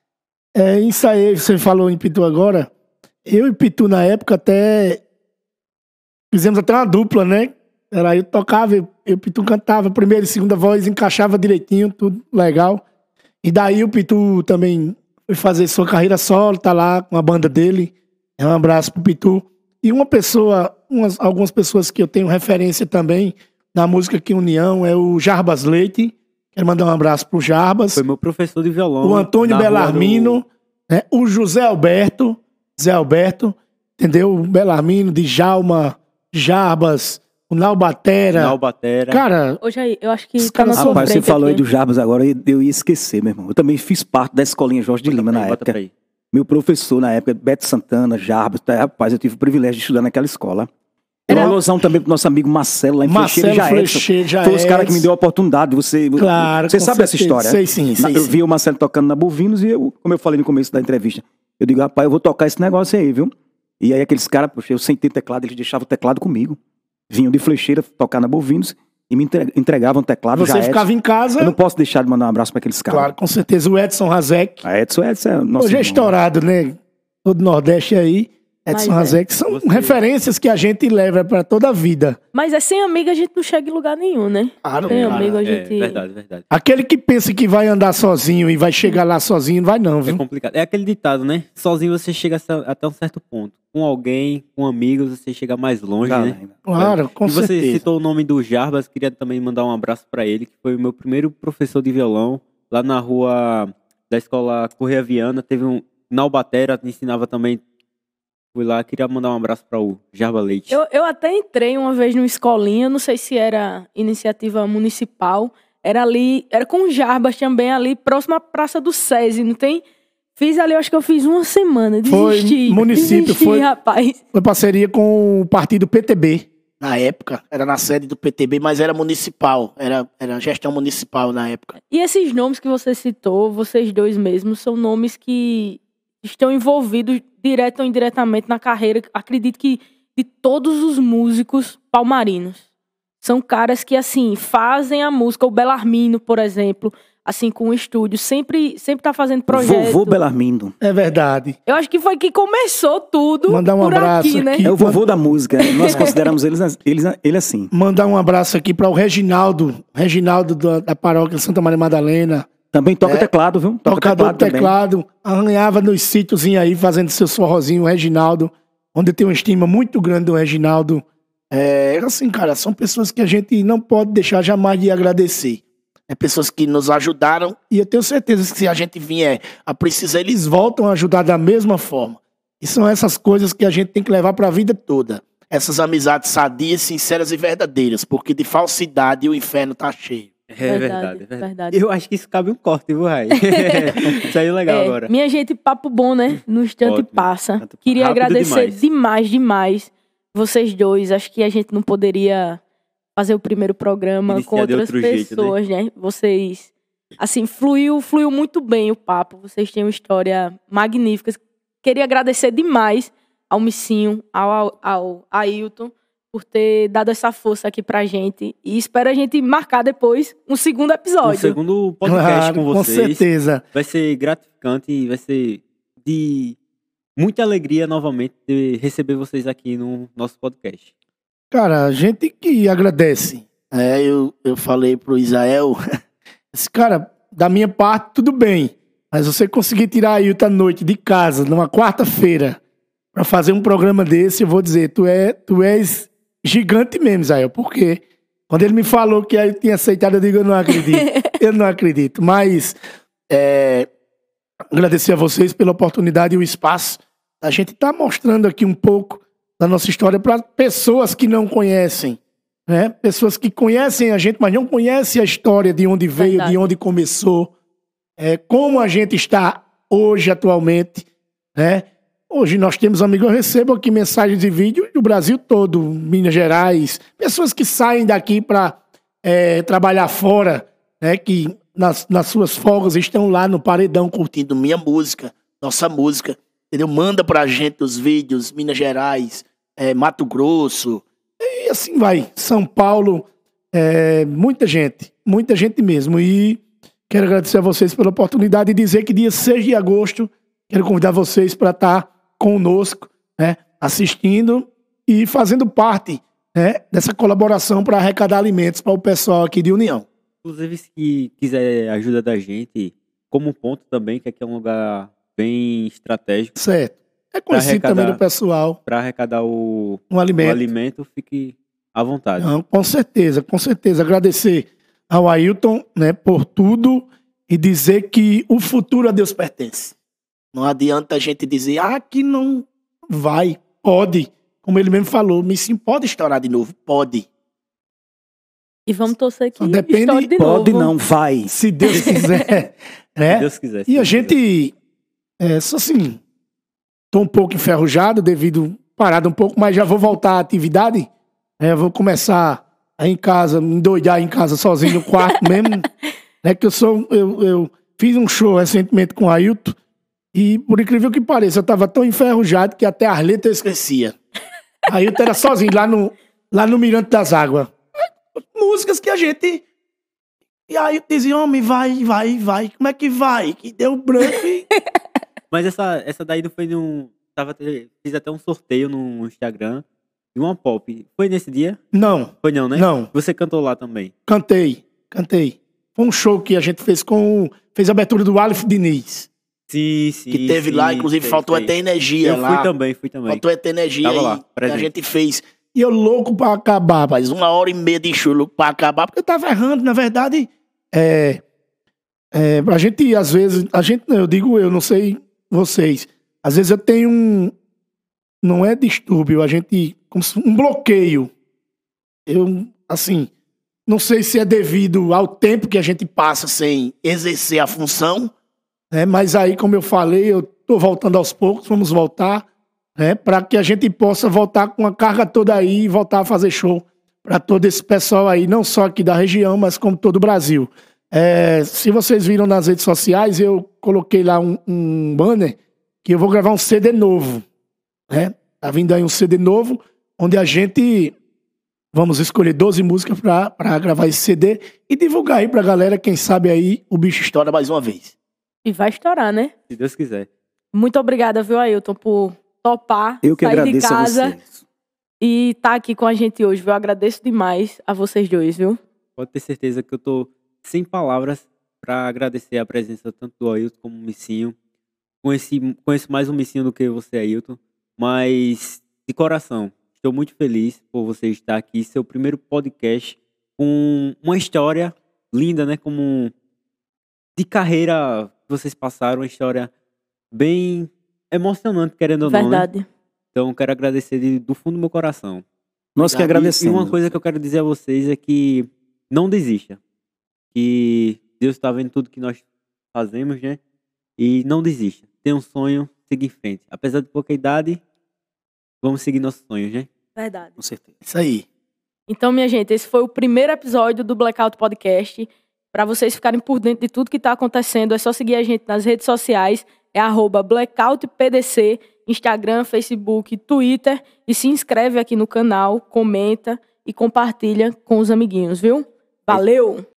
É, isso aí, você falou em Pitu agora. Eu e Pitu, na época, até... Fizemos até uma dupla, né? Era aí eu tocava, eu, eu, o Pitu cantava, primeira e segunda voz, encaixava direitinho, tudo legal. E daí o Pitu também foi fazer sua carreira solo, tá lá com a banda dele. Um abraço pro Pitu. E uma pessoa, umas, algumas pessoas que eu tenho referência também na música aqui União é o Jarbas Leite. Quero mandar um abraço pro Jarbas. Foi meu professor de violão. O Antônio Belarmino, do... né? O José Alberto, Zé Alberto, entendeu? O Belarmino, Djalma, Jarbas, o Naubatera. Naubatera. Cara, hoje aí, eu acho que os tá na caras sua Rapaz, você frente falou aí aqui. do Jarbas agora, eu eu ia esquecer, meu irmão. Eu também fiz parte da escolinha Jorge de Lima na Bota época. pra aí. Meu professor na época, Beto Santana, Jarbas, tá, rapaz, eu tive o privilégio de estudar naquela escola. Era... Um alusão também pro nosso amigo Marcelo, lá em Marcelo Flecheira e Flecheira, Jaedson. Foi os caras que me deu a oportunidade. Você, Claro, você com sabe essa certeza. história? Sei sim, sei Eu sim. vi o Marcelo tocando na Bovinos e eu, como eu falei no começo da entrevista, eu digo, rapaz, eu vou tocar esse negócio aí, viu? E aí aqueles caras, poxa, eu sem ter teclado, eles deixavam o teclado comigo. Vinham de Flecheira tocar na Bovinos e me entre- entregavam o teclado. Você Jaedson. ficava em casa. Eu não posso deixar de mandar um abraço para aqueles caras. Claro, com certeza. O Edson Razek. A Edson, Edson é o nosso Hoje é irmão. estourado, né? Todo Nordeste aí. Edson Mas é. Razek são Você- referências que a gente leva pra toda a vida. Mas é sem amigo a gente não chega em lugar nenhum, né? Claro, Sem cara. amigo a É, gente... verdade, verdade. Aquele que pensa que vai andar sozinho e vai chegar lá sozinho, não vai não, É viu? complicado. É aquele ditado, né? Sozinho você chega até um certo ponto. Com alguém, com amigos, você chega mais longe, né? Galera. Claro, com e você certeza. citou o nome do Jarbas, queria também mandar um abraço pra ele, que foi o meu primeiro professor de violão, lá na rua da escola Correia Viana. Teve um Naubatera, ensinava também. Fui lá, queria mandar um abraço para o Jarba Leite. Eu, eu até entrei uma vez numa escolinha, não sei se era iniciativa municipal, era ali, era com Jarbas também, ali próximo à Praça do SESI, não tem? Fiz ali, eu acho que eu fiz uma semana, Foi desisti. município, desisti, foi- rapaz. Foi parceria com o partido P T B. Na época, era na sede do P T B, mas era municipal. Era, era gestão municipal na época. E esses nomes que você citou, vocês dois mesmos, são nomes que estão envolvidos direto ou indiretamente na carreira, acredito que de todos os músicos palmarinos. São caras que, assim, fazem a música. O Belarmino, por exemplo, assim, com o estúdio, sempre, sempre tá fazendo projeto. Vovô Belarmino. É verdade. Eu acho que foi que começou tudo Mandar um por abraço aqui, né? aqui. É o vovô da música. né? Nós consideramos eles, eles, ele assim. Mandar um abraço aqui para o Reginaldo. Reginaldo da, da paróquia Santa Maria Madalena. Também toca É. teclado, viu? Toca Tocador de também. teclado. Arranhava nos sítiozinhos aí, fazendo seus forrozinhos. O Reginaldo. Onde eu tenho uma estima muito grande do Reginaldo. É, assim, cara, são pessoas que a gente não pode deixar jamais de agradecer. É pessoas que nos ajudaram e eu tenho certeza que se a gente vier a precisar, eles voltam a ajudar da mesma forma. E são essas coisas que a gente tem que levar para a vida toda. Essas amizades sadias, sinceras e verdadeiras, porque de falsidade o inferno tá cheio. É Verdade, verdade, é verdade. verdade. Eu acho que isso cabe um corte, viu, Rai? Saiu legal É, agora. minha gente, papo bom, né? No instante Ótimo. passa. Queria Rápido agradecer demais. demais. demais, vocês dois. Acho que a gente não poderia fazer o primeiro programa Iniciar com de outras outro jeito, pessoas, né? Vocês, assim, fluiu, fluiu muito bem o papo. Vocês têm uma história magnífica. Queria agradecer demais ao Missinho, ao, ao, ao Ailton, por ter dado essa força aqui pra gente. E espero a gente marcar depois um segundo Um episódio. segundo podcast Claro, com com vocês. certeza. Vai ser gratificante e vai ser de muita alegria novamente de receber vocês aqui no nosso podcast. Cara, a gente que agradece. É, eu, eu falei pro Israel, esse cara, da minha parte, tudo bem. Mas você conseguir tirar a Ailton à noite de casa, numa quarta-feira, pra fazer um programa desse, eu vou dizer, tu, é, tu és gigante mesmo, Israel. Por quê? Quando ele me falou que eu tinha aceitado, eu digo, eu não acredito. eu não acredito. Mas, é, agradecer a vocês pela oportunidade e o espaço. A gente tá mostrando aqui um pouco da nossa história para pessoas que não conhecem, né? Pessoas que conhecem a gente, mas não conhecem a história de onde veio, Verdade. de onde começou, é, como a gente está hoje, atualmente, né? Hoje nós temos, amigos, eu recebo aqui mensagens e vídeos do Brasil todo, Minas Gerais, pessoas que saem daqui para é, trabalhar fora, né? Que nas, nas suas folgas estão lá no paredão curtindo minha música, nossa música. Entendeu? Manda pra gente os vídeos, Minas Gerais, é, Mato Grosso, e assim vai. São Paulo, é, muita gente, muita gente mesmo. E quero agradecer a vocês pela oportunidade e dizer que dia seis de agosto, quero convidar vocês para estar conosco, né, assistindo e fazendo parte né, dessa colaboração para arrecadar alimentos para o pessoal aqui de União. Inclusive, se quiser ajuda da gente, como ponto também, que aqui é um lugar bem estratégico Certo. É conhecido arrecadar- também do pessoal, para arrecadar o, um o alimento. alimento, fique à vontade. Não, com certeza, com certeza. Agradecer ao Ailton, né, por tudo e dizer que o futuro a Deus pertence. Não adianta a gente dizer, ah, que não vai, pode. Como ele mesmo falou, o Missinho pode estourar de novo, pode. E vamos torcer que Só depende- estoure de Pode novo. não, vai. Se Deus quiser, né? Se Deus quiser. se E a Deus quiser. gente, é, só assim, tô um pouco enferrujado devido, parado um pouco, mas já vou voltar à atividade. É, vou começar aí em casa, me endoidar em casa sozinho no quarto mesmo. Né, que eu sou, eu, eu fiz um show recentemente com o Ailton e, por incrível que pareça, eu tava tão enferrujado que até as letras eu esquecia. Ailton era sozinho lá no, lá no Mirante das Águas. Músicas que a gente... E aí eu dizia, homem, vai, vai, vai. Como é que vai? Que deu branco e... Mas essa, essa daí não foi num. Tava, te- fiz até um sorteio no Instagram de uma pop. Foi nesse dia? Não, Foi não, né? não. Você cantou lá também. Cantei, cantei. Foi um show que a gente fez com... Fez a abertura do Aleph Diniz. Sim, sim. Que teve sim, lá, inclusive sei, faltou sei. até energia Eu lá. fui também, fui também. Faltou até energia Tava aí lá, que a presente. gente fez. E eu louco pra acabar, rapaz. Uma hora e meia de show louco pra acabar, porque eu tava errando, na verdade. É, é, a gente, às vezes, a gente, eu digo eu, não sei vocês. Às vezes eu tenho um, não é distúrbio, a gente, como se- um bloqueio. Eu, assim, não sei se é devido ao tempo que a gente passa sem exercer a função, né? Mas aí, como eu falei, eu tô voltando aos poucos, vamos voltar, né? Para que a gente possa voltar com a carga toda aí e voltar a fazer show para todo esse pessoal aí, não só aqui da região, mas como todo o Brasil. É, se vocês viram nas redes sociais, eu coloquei lá um, um banner que eu vou gravar um C D novo, né? Tá vindo aí um C D novo, onde a gente vamos escolher doze músicas para gravar esse C D e divulgar aí pra galera, quem sabe aí o bicho estoura mais uma vez. E vai estourar, né? Se Deus quiser. Muito obrigada, viu, Ailton, por topar, Eu que sair de agradeço a casa vocês. e estar tá aqui com a gente hoje, viu? Eu agradeço demais a vocês dois, viu? Pode ter certeza que eu tô sem palavras para agradecer a presença tanto do Ailton como do Missinho. Conheci, conheço mais o Missinho do que você, Ailton, mas de coração, estou muito feliz por você estar aqui, seu primeiro podcast com uma história linda, né? Como de carreira que vocês passaram, uma história bem emocionante, querendo ou não, né? Verdade. Então, quero agradecer de- do fundo do meu coração. Nós que E- E agradecemos. uma coisa que eu quero dizer a vocês é que não desista. Que Deus está vendo tudo que nós fazemos, né? E não desista. Tenha um sonho, siga em frente. Apesar de pouca idade, vamos seguir nossos sonhos, né? Verdade. Com certeza. Isso aí. Então, minha gente, esse foi o primeiro episódio do Blackout Podcast. Para vocês ficarem por dentro de tudo que está acontecendo, é só seguir a gente nas redes sociais. É arroba blackoutpdc, Instagram, Facebook, Twitter. E se inscreve aqui no canal, comenta e compartilha com os amiguinhos, viu? Valeu!